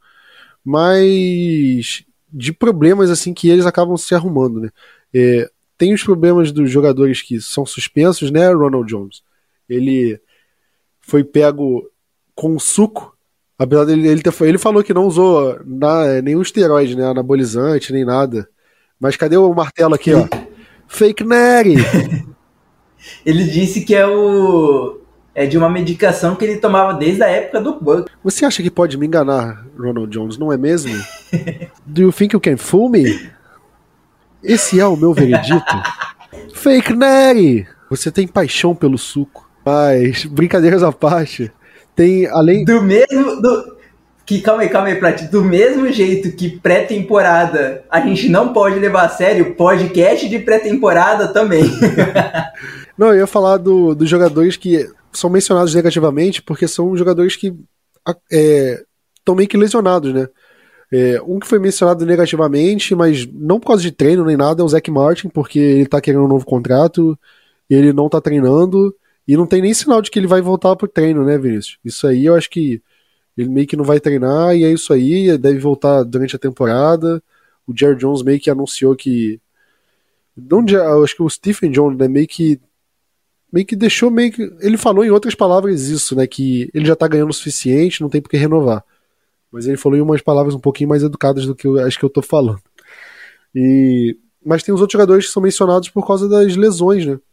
Speaker 2: mas de problemas assim que eles acabam se arrumando, né? É, tem os problemas dos jogadores que são suspensos, né? Ronald Jones, ele foi pego com suco, apesar dele ele, ter, ele falou que não usou na, nenhum esteroide, né? Anabolizante, nem nada. Mas cadê o martelo aqui, ó? Fake Nery!
Speaker 3: Ele disse que é o é de uma medicação que ele tomava desde a época do Buck.
Speaker 2: Você acha que pode me enganar, Ronald Jones, não é mesmo? Do you think you can fool me? Esse é o meu veredito? Fake Nery! Você tem paixão pelo suco. Mas, brincadeiras à parte, tem além...
Speaker 3: Do mesmo... Do... Que, calma aí, calma aí, Plat. Do mesmo jeito que pré-temporada a gente não pode levar a sério, podcast de pré-temporada também.
Speaker 2: Não, eu ia falar do, dos jogadores que são mencionados negativamente, porque são jogadores que estão é, meio que lesionados, né? É, um que foi mencionado negativamente, mas não por causa de treino nem nada, é o Zach Martin, porque ele tá querendo um novo contrato, ele não tá treinando, e não tem nem sinal de que ele vai voltar pro treino, né, Vinícius? Isso aí eu acho que ele meio que não vai treinar, e é isso aí, deve voltar durante a temporada. O Jerry Jones meio que anunciou que... Não, eu acho que o Stephen Jones, né, meio que meio que deixou, meio que... Ele falou em outras palavras isso, né, que ele já tá ganhando o suficiente, não tem por que renovar. Mas ele falou em umas palavras um pouquinho mais educadas do que eu acho que eu tô falando. E... Mas tem os outros jogadores que são mencionados por causa das lesões, né?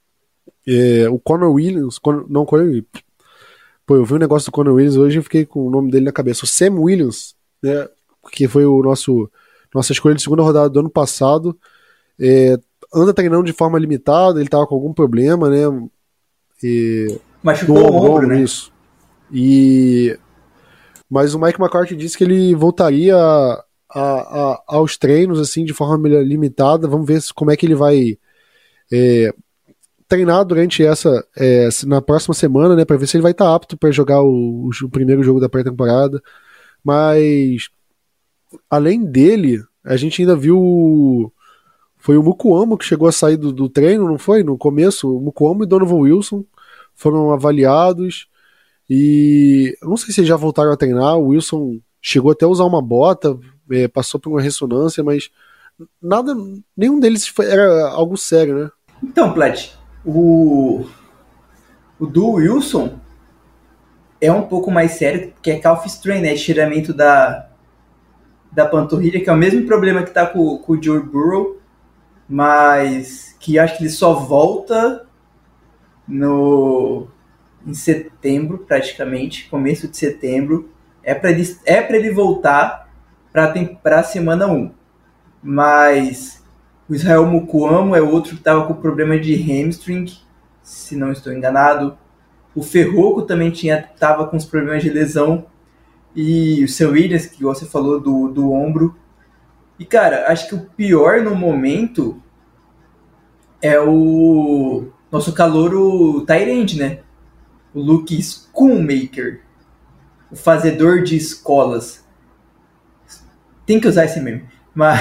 Speaker 2: É, o Connor Williams... Conor, não, Connor Williams. Pô, eu vi um negócio do Connor Williams hoje e fiquei com o nome dele na cabeça. O Sam Williams, né? Que foi o nosso nossa escolha de segunda rodada do ano passado. É, anda treinando de forma limitada, ele tava com algum problema, né? E...
Speaker 3: Machucou o ombro, né?
Speaker 2: Isso. E... Mas o Mike McCarthy disse que ele voltaria a, a, aos treinos assim de forma limitada. Vamos ver como é que ele vai é, treinar durante essa é, na próxima semana, né, para ver se ele vai estar apto para jogar o, o primeiro jogo da pré-temporada. Mas além dele, a gente ainda viu foi o Mukuamo que chegou a sair do, do treino, não foi? No começo, o Mukuamo e Donovan Wilson foram avaliados. E eu não sei se eles já voltaram a treinar. O Wilson chegou até a usar uma bota, é, passou por uma ressonância, mas nada, nenhum deles foi, era algo sério, né?
Speaker 3: Então, Plat, o, o do Wilson é um pouco mais sério, que é calf strain, né? Estiramento da, da panturrilha, que é o mesmo problema que tá com, com o Joe Burrow, mas que acho que ele só volta no... em setembro, praticamente, começo de setembro, é para ele, é para ele voltar para a semana um. Mas o Israel Mukuamo é outro que estava com problema de hamstring, se não estou enganado. O Ferroco também estava com os problemas de lesão. E o Sam Williams, que você falou do, do ombro. E, cara, acho que o pior no momento é o nosso calouro tight end, né? O Luke Schoonmaker, o fazedor de escolas. Tem que usar esse meme. Mas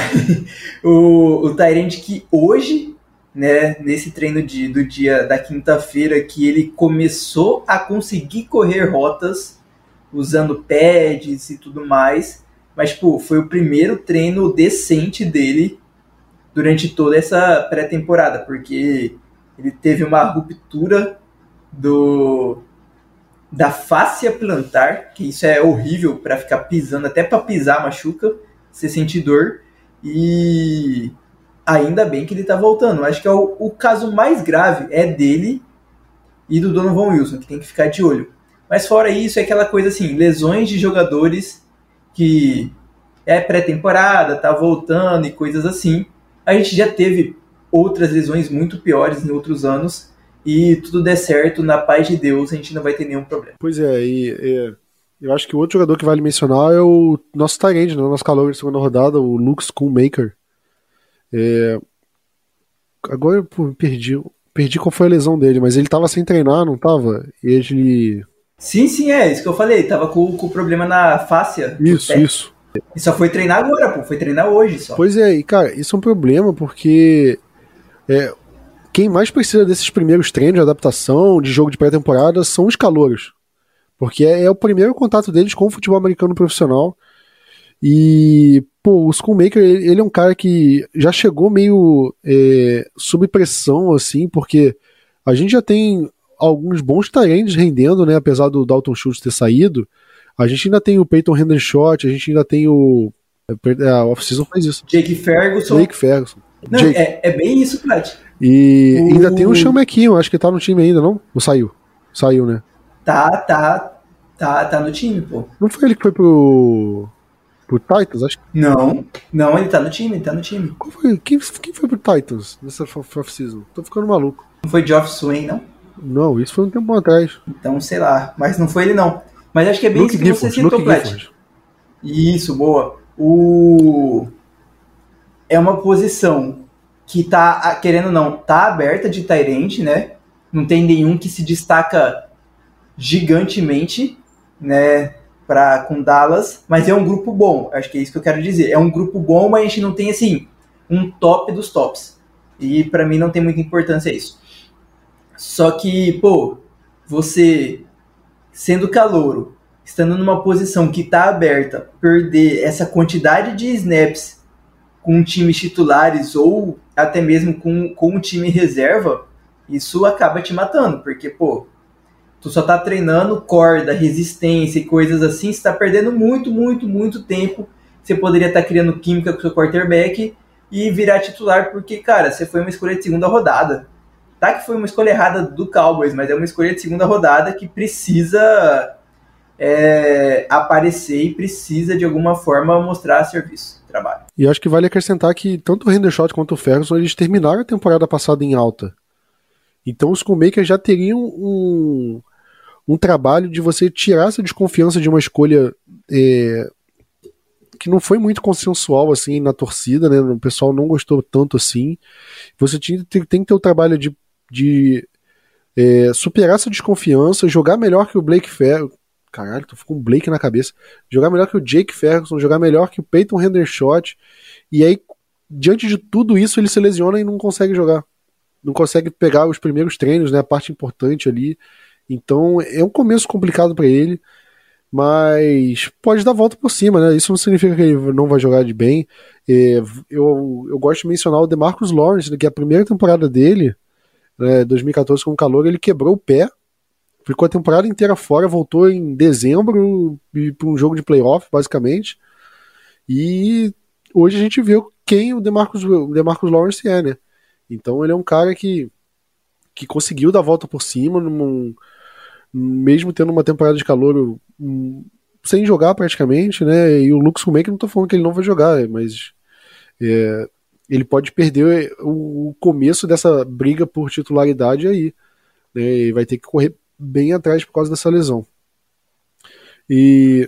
Speaker 3: o, o Tyrant que hoje, né, nesse treino de, do dia da quinta-feira, que ele começou a conseguir correr rotas usando pads e tudo mais. Mas, tipo, foi o primeiro treino decente dele durante toda essa pré-temporada, porque ele teve uma ruptura do, da fáscia plantar, que isso é horrível para ficar pisando, até para pisar machuca, você sente dor, e ainda bem que ele tá voltando. Acho que é o, o caso mais grave é dele e do Donovan Wilson, que tem que ficar de olho. Mas fora isso, é aquela coisa assim, lesões de jogadores que é pré-temporada, tá voltando e coisas assim. A gente já teve outras lesões muito piores em outros anos, e tudo der certo, na paz de Deus, a gente não vai ter nenhum problema.
Speaker 2: Pois é, e é, eu acho que o outro jogador que vale mencionar é o nosso tight end, né, o nosso calor de segunda rodada, o Luke Schoonmaker. É, agora eu me perdi, perdi qual foi a lesão dele, mas ele tava sem treinar, não tava? E ele...
Speaker 3: Sim, sim, é isso que eu falei, tava com, com problema na fáscia.
Speaker 2: Isso, isso.
Speaker 3: E só foi treinar agora, pô, foi treinar hoje só.
Speaker 2: Pois é, e cara, isso é um problema porque é, quem mais precisa desses primeiros treinos de adaptação, de jogo de pré-temporada, são os calouros. Porque é, é o primeiro contato deles com o futebol americano profissional. E, pô, o Schoonmaker, ele, ele é um cara que já chegou meio é, sob pressão, assim, porque a gente já tem alguns bons tight ends rendendo, né, apesar do Dalton Schultz ter saído. A gente ainda tem o Peyton Hendershot, a gente ainda tem o... A off-season faz isso.
Speaker 3: Jake Ferguson.
Speaker 2: Jake Ferguson.
Speaker 3: Não,
Speaker 2: Jake.
Speaker 3: É, é bem isso, Plat.
Speaker 2: E
Speaker 3: o...
Speaker 2: ainda tem o Sean McKeon, acho que tá no time ainda, não? Ou saiu? Saiu, né?
Speaker 3: Tá, tá, tá, tá no time, pô.
Speaker 2: Não foi ele que foi pro... pro Titans? Acho que...
Speaker 3: Não, não, ele tá no time, ele tá no time.
Speaker 2: Qual foi? Quem, quem foi pro Titans nessa off-season? Tô ficando maluco.
Speaker 3: Não foi Geoff Swain, não?
Speaker 2: Não, isso foi um tempo atrás.
Speaker 3: Então, sei lá, mas não foi ele, não. Mas acho que é bem
Speaker 2: Luke
Speaker 3: isso que
Speaker 2: Gifford,
Speaker 3: você citou,
Speaker 2: Luke
Speaker 3: Plat.
Speaker 2: Gifford.
Speaker 3: Isso, boa. O... É uma posição que tá, querendo ou não, tá aberta de tight end, né? Não tem nenhum que se destaca gigantemente, né, pra, com Dallas, mas é um grupo bom, acho que é isso que eu quero dizer. É um grupo bom, mas a gente não tem, assim, um top dos tops. E pra mim não tem muita importância isso. Só que, pô, você... sendo calouro, estando numa posição que está aberta, perder essa quantidade de snaps com times titulares ou até mesmo com, com um time reserva, isso acaba te matando, porque, pô, tu só tá treinando corda, resistência e coisas assim, você tá perdendo muito, muito, muito tempo. Você poderia estar criando química com o seu quarterback e virar titular, porque, cara, você foi uma escolha de segunda rodada. Tá que foi uma escolha errada do Cowboys, mas é uma escolha de segunda rodada que precisa é, aparecer e precisa, de alguma forma, mostrar serviço, trabalho.
Speaker 2: E acho que vale acrescentar que tanto o Hendershot quanto o Ferguson, eles terminaram a temporada passada em alta. Então os Schoonmakers já teriam um, um trabalho de você tirar essa desconfiança de uma escolha é, que não foi muito consensual assim na torcida, né? O pessoal não gostou tanto assim. Você tinha, tem, tem que ter o trabalho de, de é, superar essa desconfiança, jogar melhor que o Blake Ferguson. Caralho, tô com o Blake na cabeça. Jogar melhor que o Jake Ferguson, jogar melhor que o Peyton Hendershot. E aí, diante de tudo isso, ele se lesiona e não consegue jogar. Não consegue pegar os primeiros treinos, né? A parte importante ali. Então, é um começo complicado para ele. Mas pode dar volta por cima, né? Isso não significa que ele não vai jogar de bem. É, eu, eu gosto de mencionar o DeMarcus Lawrence, né, que é a primeira temporada dele, né, dois mil e catorze com calor, ele quebrou o pé, ficou a temporada inteira fora, voltou em dezembro para um jogo de playoff, basicamente. E hoje a gente vê quem o DeMarcus, o DeMarcus Lawrence é, né? Então ele é um cara que, que conseguiu dar a volta por cima, num, mesmo tendo uma temporada de calor um, sem jogar praticamente, né? E o Luke Schoonmaker, não tô falando que ele não vai jogar, mas é, ele pode perder o, o começo dessa briga por titularidade aí, né? E vai ter que correr bem atrás por causa dessa lesão. E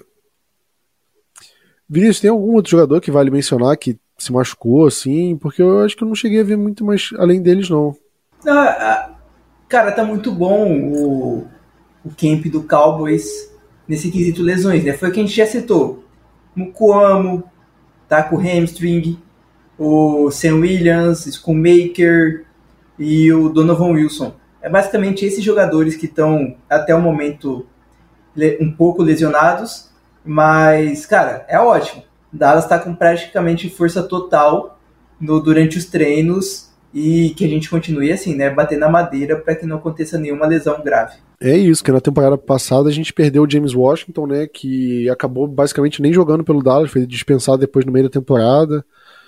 Speaker 2: Vinícius, tem algum outro jogador que vale mencionar que se machucou, assim? Porque eu acho que eu não cheguei a ver muito mais além deles, não.
Speaker 3: Ah, cara, tá muito bom o, o camp do Cowboys nesse quesito lesões, né? Foi o que a gente já citou. Mukuamo tá com o hamstring, o Sam Williams, Schoonmaker e o Donovan Wilson. É basicamente esses jogadores que estão até o momento um pouco lesionados, mas, cara, é ótimo. Dallas tá com praticamente força total no, durante os treinos e que a gente continue assim, né, bater na madeira para que não aconteça nenhuma lesão grave.
Speaker 2: É isso, que na temporada passada a gente perdeu o James Washington, né, que acabou basicamente nem jogando pelo Dallas, foi dispensado depois no meio da temporada.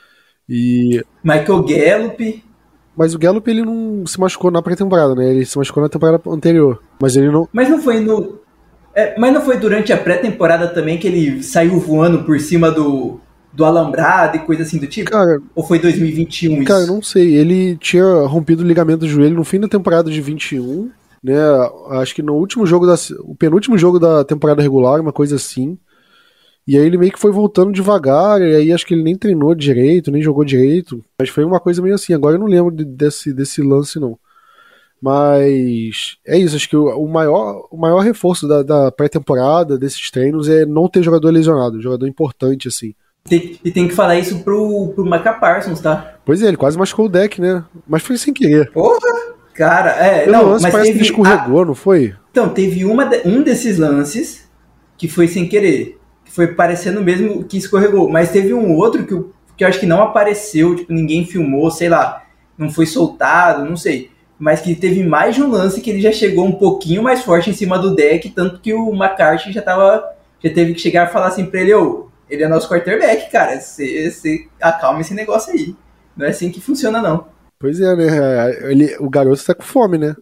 Speaker 2: E
Speaker 3: Michael Gallup.
Speaker 2: Mas o Gallup, ele não se machucou na pré-temporada, né, ele se machucou na temporada anterior, mas ele não...
Speaker 3: Mas não foi no... É, mas não foi durante a pré-temporada também que ele saiu voando por cima do, do alambrado e coisa assim do tipo?
Speaker 2: Cara,
Speaker 3: ou foi dois mil e vinte e um isso?
Speaker 2: Cara, eu não sei. Ele tinha rompido o ligamento do joelho no fim da temporada de vinte e um, né? Acho que no último jogo da... o penúltimo jogo da temporada regular, uma coisa assim. E aí ele meio que foi voltando devagar, e aí acho que ele nem treinou direito, nem jogou direito. Mas foi uma coisa meio assim. Agora eu não lembro desse, desse lance, não. Mas é isso, acho que o maior, o maior reforço da, da pré-temporada, desses treinos, é não ter jogador lesionado, jogador importante, assim.
Speaker 3: Tem, e tem que falar isso pro, pro Micah Parsons, tá?
Speaker 2: Pois é, ele quase machucou o deck, né? Mas foi sem querer.
Speaker 3: Porra! Cara, é,
Speaker 2: Pelo
Speaker 3: não,
Speaker 2: lance
Speaker 3: mas
Speaker 2: parece
Speaker 3: teve,
Speaker 2: que ele escorregou, a... não foi?
Speaker 3: Então, teve uma de, um desses lances que foi sem querer, que foi parecendo mesmo que escorregou, mas teve um outro que eu, que eu acho que não apareceu, tipo, ninguém filmou, sei lá, não foi soltado, não sei. Mas que teve mais de um lance que ele já chegou um pouquinho mais forte em cima do deck, tanto que o McCarthy já tava, já teve que chegar e falar assim pra ele, ô, ele é nosso quarterback, cara, você acalma esse negócio aí. Não é assim que funciona, não.
Speaker 2: Pois é, né, ele, o garoto tá com fome, né,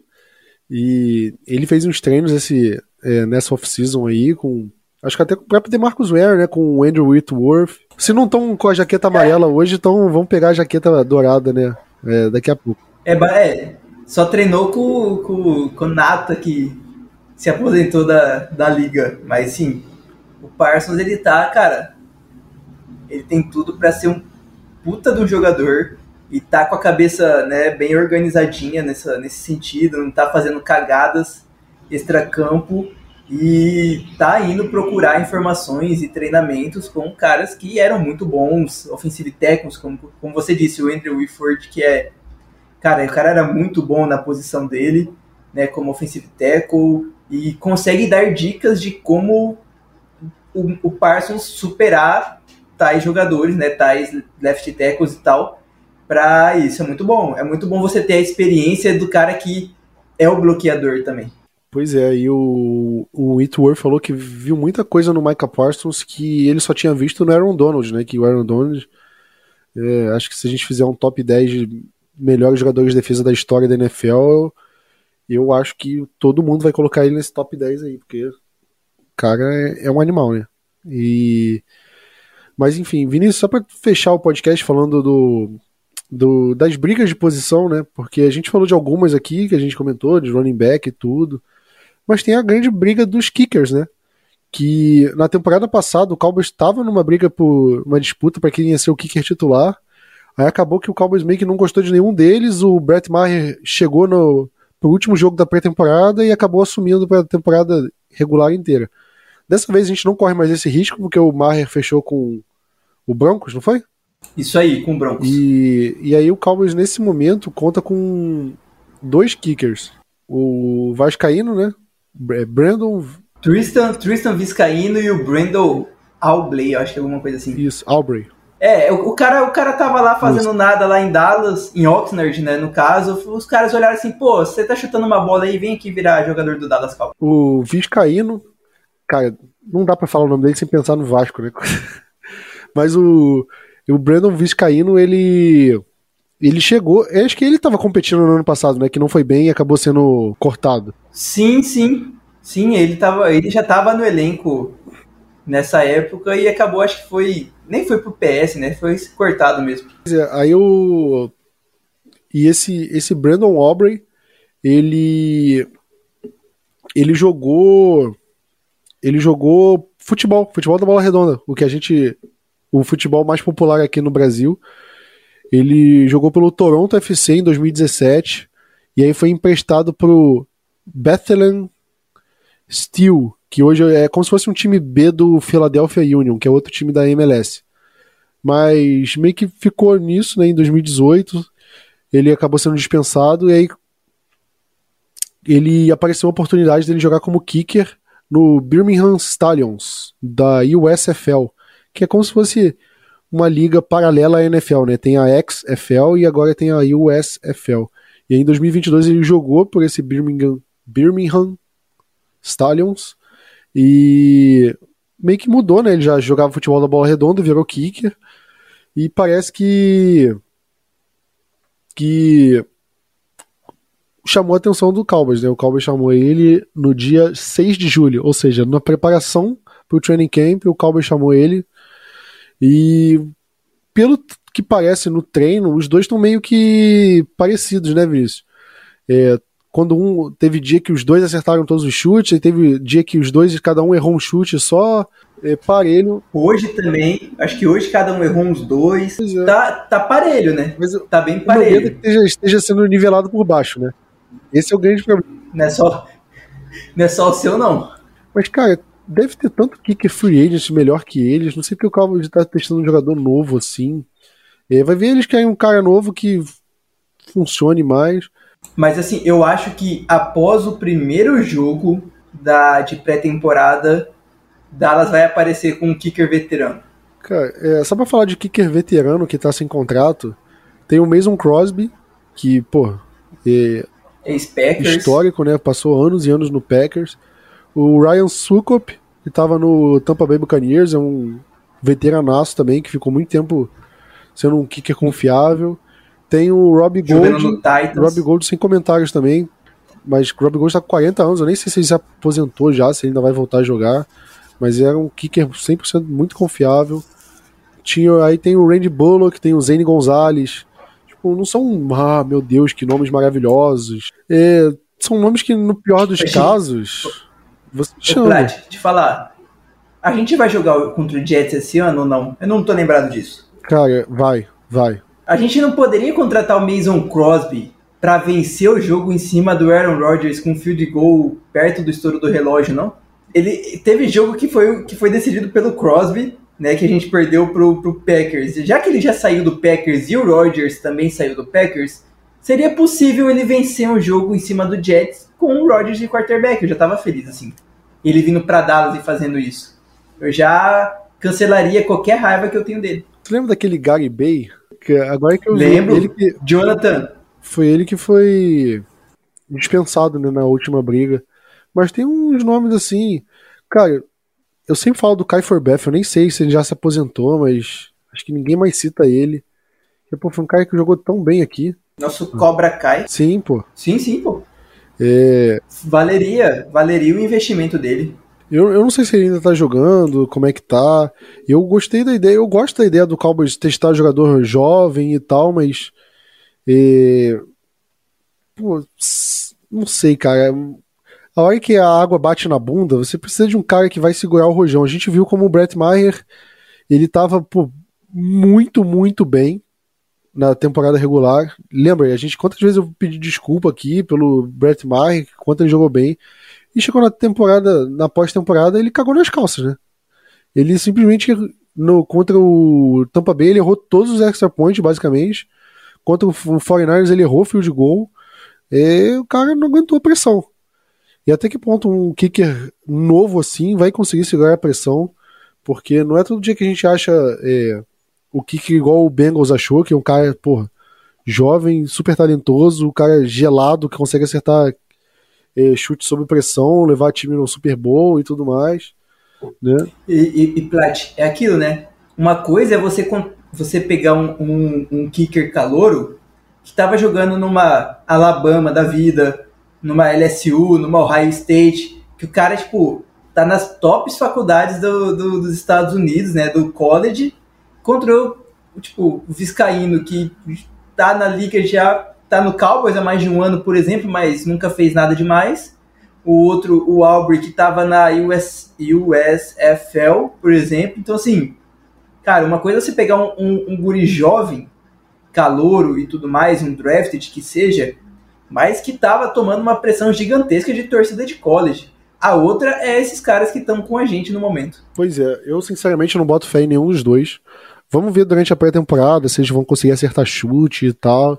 Speaker 2: e ele fez uns treinos esse, é, nessa off-season aí, com, acho que até com o próprio DeMarcus Ware, né, com o Andrew Whitworth. Se não estão com a jaqueta amarela é. hoje, então vão pegar a jaqueta dourada, né, é, daqui a pouco.
Speaker 3: É, é só treinou com, com, com o Nata, que se aposentou da, da liga. Mas, sim, o Parsons, ele tá, cara... Ele tem tudo pra ser um puta de um jogador. E tá com a cabeça, né, bem organizadinha nessa, nesse sentido. Não tá fazendo cagadas extracampo. E tá indo procurar informações e treinamentos com caras que eram muito bons. Offensive tackles, como, como você disse, o Andrew Whitworth, que é... Cara, o cara era muito bom na posição dele, né, como offensive tackle, e consegue dar dicas de como o, o Parsons superar tais jogadores, né, tais left tackles e tal, pra isso. É muito bom. É muito bom você ter a experiência do cara que é o bloqueador também.
Speaker 2: Pois é, e o, o Whitworth falou que viu muita coisa no Micah Parsons que ele só tinha visto no Aaron Donald, né? Que o Aaron Donald, é, acho que se a gente fizer um top dez de melhores jogadores de defesa da história da N F L, eu acho que todo mundo vai colocar ele nesse top dez aí, porque o cara é, é um animal, né? E... Mas enfim, Vinícius, só pra fechar o podcast falando do, do, das brigas de posição, né? Porque a gente falou de algumas aqui, que a gente comentou, de running back e tudo. Mas tem a grande briga dos kickers, né? Que na temporada passada o Cowboys estava numa briga por uma disputa para quem ia ser o kicker titular. Aí acabou que o Cowboys meio que não gostou de nenhum deles. O Brett Maher chegou no pro último jogo da pré-temporada e acabou assumindo para a temporada regular inteira. Dessa vez a gente não corre mais esse risco, porque o Maher fechou com o Broncos, não foi?
Speaker 3: Isso aí, com o Broncos.
Speaker 2: E, e aí o Cowboys nesse momento conta com dois kickers. O Vascaíno, né? Brandon...
Speaker 3: Tristan, Tristan Vizcaíno e o Brandon Aubrey, eu acho que é alguma coisa assim.
Speaker 2: Isso, Aubrey.
Speaker 3: É, o, o, cara, o cara tava lá fazendo Isso. nada lá em Dallas, em Oxnard, né, no caso. Os caras olharam assim, pô, você tá chutando uma bola aí, vem aqui virar jogador do Dallas Cowboys.
Speaker 2: O Vizcaíno, cara, não dá pra falar o nome dele sem pensar no Vasco, né? Mas o, o Brandon Vizcaíno, ele... Ele chegou, eu acho que ele tava competindo no ano passado, né? Que não foi bem e acabou sendo cortado.
Speaker 3: Sim, sim. Sim, ele, tava, ele já tava no elenco nessa época e acabou, acho que foi... Nem foi pro P S, né? Foi cortado mesmo.
Speaker 2: Aí o... E esse, esse Brandon Aubrey, ele... Ele jogou... Ele jogou futebol, futebol da bola redonda. O que a gente... O futebol mais popular aqui no Brasil. Ele jogou pelo Toronto F C em dois mil e dezessete e aí foi emprestado pro Bethlehem Steel, que hoje é como se fosse um time B do Philadelphia Union, que é outro time da M L S. Mas meio que ficou nisso, né, em dois mil e dezoito. Ele acabou sendo dispensado e aí ele apareceu a oportunidade dele jogar como kicker no Birmingham Stallions, da U S F L, que é como se fosse uma liga paralela à N F L, né? Tem a X F L e agora tem a U S F L. E aí em dois mil e vinte e dois ele jogou por esse Birmingham, Birmingham Stallions e meio que mudou, né? Ele já jogava futebol da bola redonda, virou kicker e parece que que chamou a atenção do Cowboys, né? O Cowboys chamou ele no dia seis de julho, ou seja, na preparação para o training camp, o Cowboys chamou ele. E pelo que parece no treino, os dois estão meio que parecidos, né, Vinícius? É, quando um teve dia que os dois acertaram todos os chutes, e teve dia que os dois, cada um errou um chute só, é, parelho.
Speaker 3: Hoje também, acho que hoje cada um errou uns dois. É. Tá, tá parelho, né?
Speaker 2: Mas
Speaker 3: tá bem parelho.
Speaker 2: O medo é que esteja, esteja sendo nivelado por baixo, né? Esse é o grande problema.
Speaker 3: Não é só, não é só o seu, não.
Speaker 2: Mas, cara, deve ter tanto kicker free agent melhor que eles. Não sei porque o Cowboys tá testando um jogador novo assim. É, vai ver eles querem um cara novo que funcione mais.
Speaker 3: Mas assim, eu acho que após o primeiro jogo da, de pré-temporada, Dallas vai aparecer com um kicker veterano.
Speaker 2: Cara, é, só pra falar de kicker veterano que tá sem contrato, tem o Mason Crosby, que, pô, é
Speaker 3: ex-Packers,
Speaker 2: histórico, né? Passou anos e anos no Packers. O Ryan Succop, que estava no Tampa Bay Buccaneers, é um veteranaço também, que ficou muito tempo sendo um kicker confiável. Tem o Robbie Gold, Robbie Gold sem comentários também, mas o Robbie Gold está com quarenta anos, eu nem sei se ele se aposentou já, se ele ainda vai voltar a jogar, mas era um kicker cem por cento muito confiável. Tinha, aí tem o Randy Bullock, tem o Zane Gonzalez, tipo, não são, ah, meu Deus, que nomes maravilhosos. É, são nomes que, no pior dos
Speaker 3: Gente,
Speaker 2: casos... Você
Speaker 3: Ô, Plat, te falar, a gente vai jogar contra o Jets esse ano ou não? Eu não tô lembrado disso.
Speaker 2: Cara, vai, vai.
Speaker 3: A gente não poderia contratar o Mason Crosby pra vencer o jogo em cima do Aaron Rodgers com um field goal perto do estouro do relógio, não? Ele teve jogo que foi, que foi decidido pelo Crosby, né, que a gente perdeu pro, pro Packers. Já que ele já saiu do Packers e o Rodgers também saiu do Packers, seria possível ele vencer um jogo em cima do Jets com o Rodgers de quarterback. Eu já tava feliz, assim. Ele vindo pra Dallas e fazendo isso. Eu já cancelaria qualquer raiva que eu tenho dele.
Speaker 2: Você lembra daquele Gary Bay? Que agora que eu
Speaker 3: Lembro.
Speaker 2: vi, ele que,
Speaker 3: Jonathan.
Speaker 2: Foi ele que foi dispensado, né, na última briga. Mas tem uns nomes assim. Cara, eu sempre falo do Kai Forbath, eu nem sei se ele já se aposentou, mas acho que ninguém mais cita ele. Porque, pô, foi um cara que jogou tão bem aqui.
Speaker 3: Nosso Cobra Kai.
Speaker 2: Sim, pô.
Speaker 3: Sim, sim, pô.
Speaker 2: É...
Speaker 3: Valeria, valeria o investimento dele.
Speaker 2: Eu, eu não sei se ele ainda tá jogando, como é que tá. Eu gostei da ideia, eu gosto da ideia do Cowboys testar jogador jovem e tal, mas. É... Pô, não sei, cara. A hora que a água bate na bunda, você precisa de um cara que vai segurar o rojão. A gente viu como o Brett Maher, ele tava, pô, muito, muito bem na temporada regular. Lembra, a gente, quantas vezes eu pedi desculpa aqui pelo Brett Maher, quanto ele jogou bem. E chegou na temporada, na pós-temporada, ele cagou nas calças, né? Ele simplesmente, no, contra o Tampa Bay, ele errou todos os extra points, basicamente. Contra o quarenta e nine ers, ele errou field goal. E o cara não aguentou a pressão. E até que ponto um kicker novo assim vai conseguir segurar a pressão? Porque não é todo dia que a gente acha é, o kicker igual o Bengals achou, que é um cara, porra, jovem, super talentoso, um cara gelado, que consegue acertar é, chute sob pressão, levar time no Super Bowl e tudo mais, né?
Speaker 3: E, e, e Plat, é aquilo, né? Uma coisa é você, você pegar um, um, um kicker calouro que estava jogando numa Alabama da vida, numa L S U, numa Ohio State, que o cara, tipo, tá nas tops faculdades do, do, dos Estados Unidos, né, do college, contra o, tipo, o Vizcaíno, que tá na liga já, tá no Cowboys há mais de um ano, por exemplo, mas nunca fez nada demais. O outro, o Aubrey, que tava na U S, U S F L, por exemplo. Então, assim, cara, uma coisa é você pegar um, um, um guri jovem, calouro e tudo mais, um drafted que seja, mas que tava tomando uma pressão gigantesca de torcida de college. A outra é esses caras que estão com a gente no momento.
Speaker 2: Pois é, eu sinceramente não boto fé em nenhum dos dois. Vamos ver durante a pré-temporada se eles vão conseguir acertar chute e tal.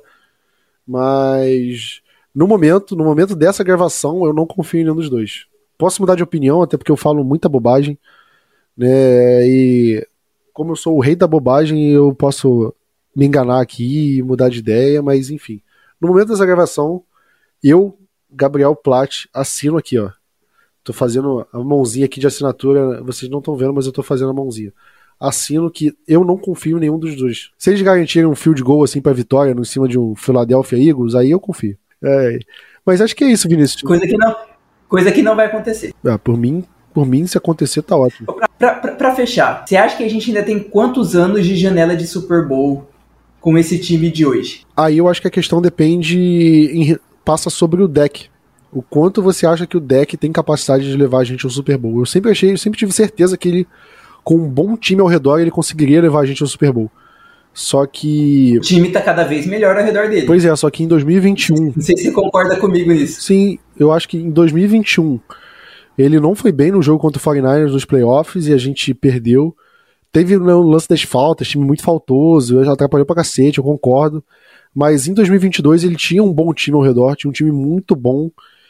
Speaker 2: Mas no momento, no momento dessa gravação, eu não confio em nenhum dos dois. Posso mudar de opinião, até porque eu falo muita bobagem, né? E como eu sou o rei da bobagem, eu posso me enganar aqui e mudar de ideia, mas enfim. No momento dessa gravação, eu, Gabriel Platt, assino aqui, ó. Tô fazendo a mãozinha aqui de assinatura, vocês não estão vendo, mas eu tô fazendo a mãozinha. Assino que eu não confio em nenhum dos dois. Se eles garantirem um field goal assim pra vitória, no cima de um Philadelphia Eagles, aí eu confio. É, mas acho que é isso, Vinícius.
Speaker 3: Coisa que não, coisa que não vai acontecer.
Speaker 2: Ah, por mim, por mim, se acontecer, tá ótimo.
Speaker 3: Pra, pra, pra, pra fechar, você acha que a gente ainda tem quantos anos de janela de Super Bowl com esse time de hoje?
Speaker 2: Aí eu acho que a questão depende, em, passa sobre o deck. O quanto você acha que o deck tem capacidade de levar a gente ao Super Bowl. Eu sempre achei, eu sempre tive certeza que ele, com um bom time ao redor, ele conseguiria levar a gente ao Super Bowl. Só que...
Speaker 3: O time tá cada vez melhor ao redor dele.
Speaker 2: Pois é, só que em dois mil e vinte e um...
Speaker 3: Não sei se você concorda comigo nisso.
Speaker 2: Sim, eu acho que em dois mil e vinte e um ele não foi bem no jogo contra o quarenta e nine ers nos playoffs e a gente perdeu. Teve o lance das faltas, time muito faltoso, atrapalhou pra cacete, eu concordo. Mas em dois mil e vinte e dois ele tinha um bom time ao redor, tinha um time muito bom.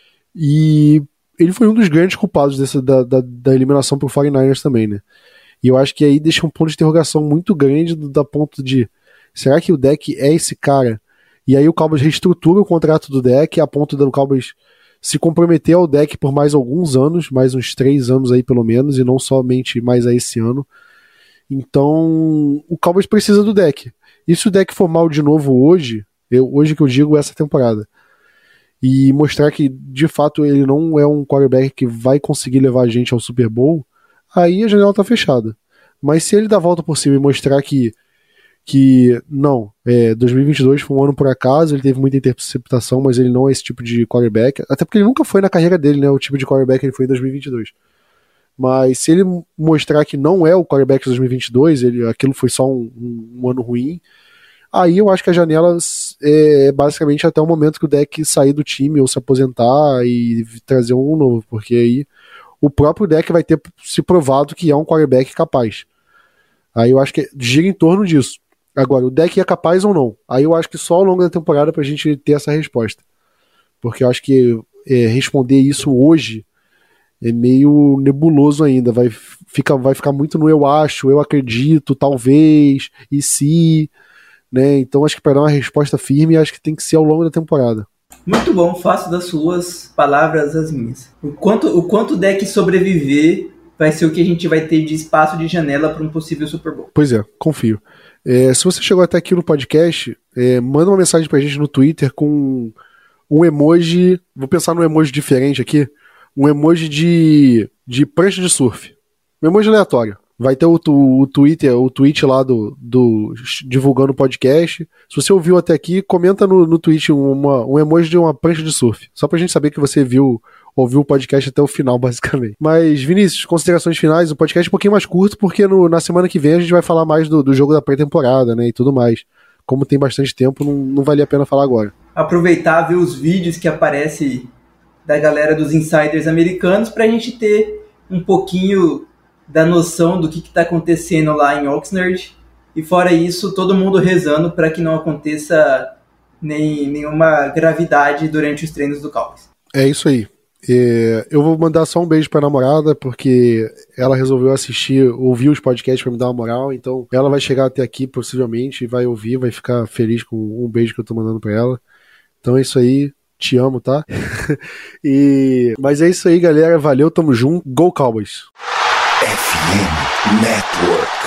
Speaker 2: E ele foi um dos grandes culpados dessa, da, da, da eliminação pro quarenta e nine ers também, né? E eu acho que aí deixa um ponto de interrogação muito grande do, da ponto de, será que o deck é esse cara? E aí o Cowboys reestrutura o contrato do deck a ponto do Cowboys se comprometer ao deck por mais alguns anos, mais uns três anos aí pelo menos, e não somente mais a esse ano. Então o Cowboys precisa do deck. E se o deck for mal de novo hoje, eu, hoje que eu digo essa temporada, e mostrar que de fato ele não é um quarterback que vai conseguir levar a gente ao Super Bowl, aí a janela tá fechada. Mas se ele dar a volta por cima e mostrar que, que não, é, dois mil e vinte e dois foi um ano por acaso, ele teve muita interceptação, mas ele não é esse tipo de quarterback, até porque ele nunca foi na carreira dele, né, o tipo de quarterback que ele foi em dois mil e vinte e dois. Mas se ele mostrar que não é o quarterback de dois mil e vinte e dois, ele, aquilo foi só um, um, um ano ruim, aí eu acho que a janela é basicamente até o momento que o deck sair do time ou se aposentar e trazer um novo, porque aí o próprio deck vai ter se provado que é um quarterback capaz. Aí eu acho que gira em torno disso. Agora, o deck é capaz ou não? Aí eu acho que só ao longo da temporada pra gente ter essa resposta. Porque eu acho que é, responder isso hoje é meio nebuloso ainda. Vai, fica, vai ficar muito no eu acho, eu acredito, talvez, e se... Né? Então acho que para dar uma resposta firme, acho que tem que ser ao longo da temporada.
Speaker 3: Muito bom, faço das suas palavras as minhas. O quanto, o quanto der que sobreviver vai ser o que a gente vai ter de espaço de janela para um possível Super Bowl.
Speaker 2: Pois é, confio. É, se você chegou até aqui no podcast, é, manda uma mensagem pra gente no Twitter com um emoji, vou pensar num emoji diferente aqui, um emoji de, de prancha de surf. Um emoji aleatório. Vai ter o, tu, o Twitter, o tweet lá do, do divulgando o podcast. Se você ouviu até aqui, comenta no, no tweet uma, um emoji de uma prancha de surf. Só pra gente saber que você viu, ouviu o podcast até o final, basicamente. Mas, Vinícius, considerações finais, o podcast é um pouquinho mais curto, porque no, na semana que vem a gente vai falar mais do, do jogo da pré-temporada, né, e tudo mais. Como tem bastante tempo, não, não valia a pena falar agora.
Speaker 3: Aproveitar, ver os vídeos que aparecem da galera dos insiders americanos pra gente ter um pouquinho da noção do que está acontecendo lá em Oxnard, e fora isso, todo mundo rezando para que não aconteça nem, nenhuma gravidade durante os treinos do Cowboys.
Speaker 2: É isso aí. É, eu vou mandar só um beijo pra namorada, porque ela resolveu assistir, ouvir os podcasts pra me dar uma moral, então ela vai chegar até aqui possivelmente, vai ouvir, vai ficar feliz com um beijo que eu tô mandando pra ela. Então é isso aí, te amo, tá? e, mas é isso aí, galera, valeu, tamo junto, Go Cowboys!
Speaker 1: F M Network.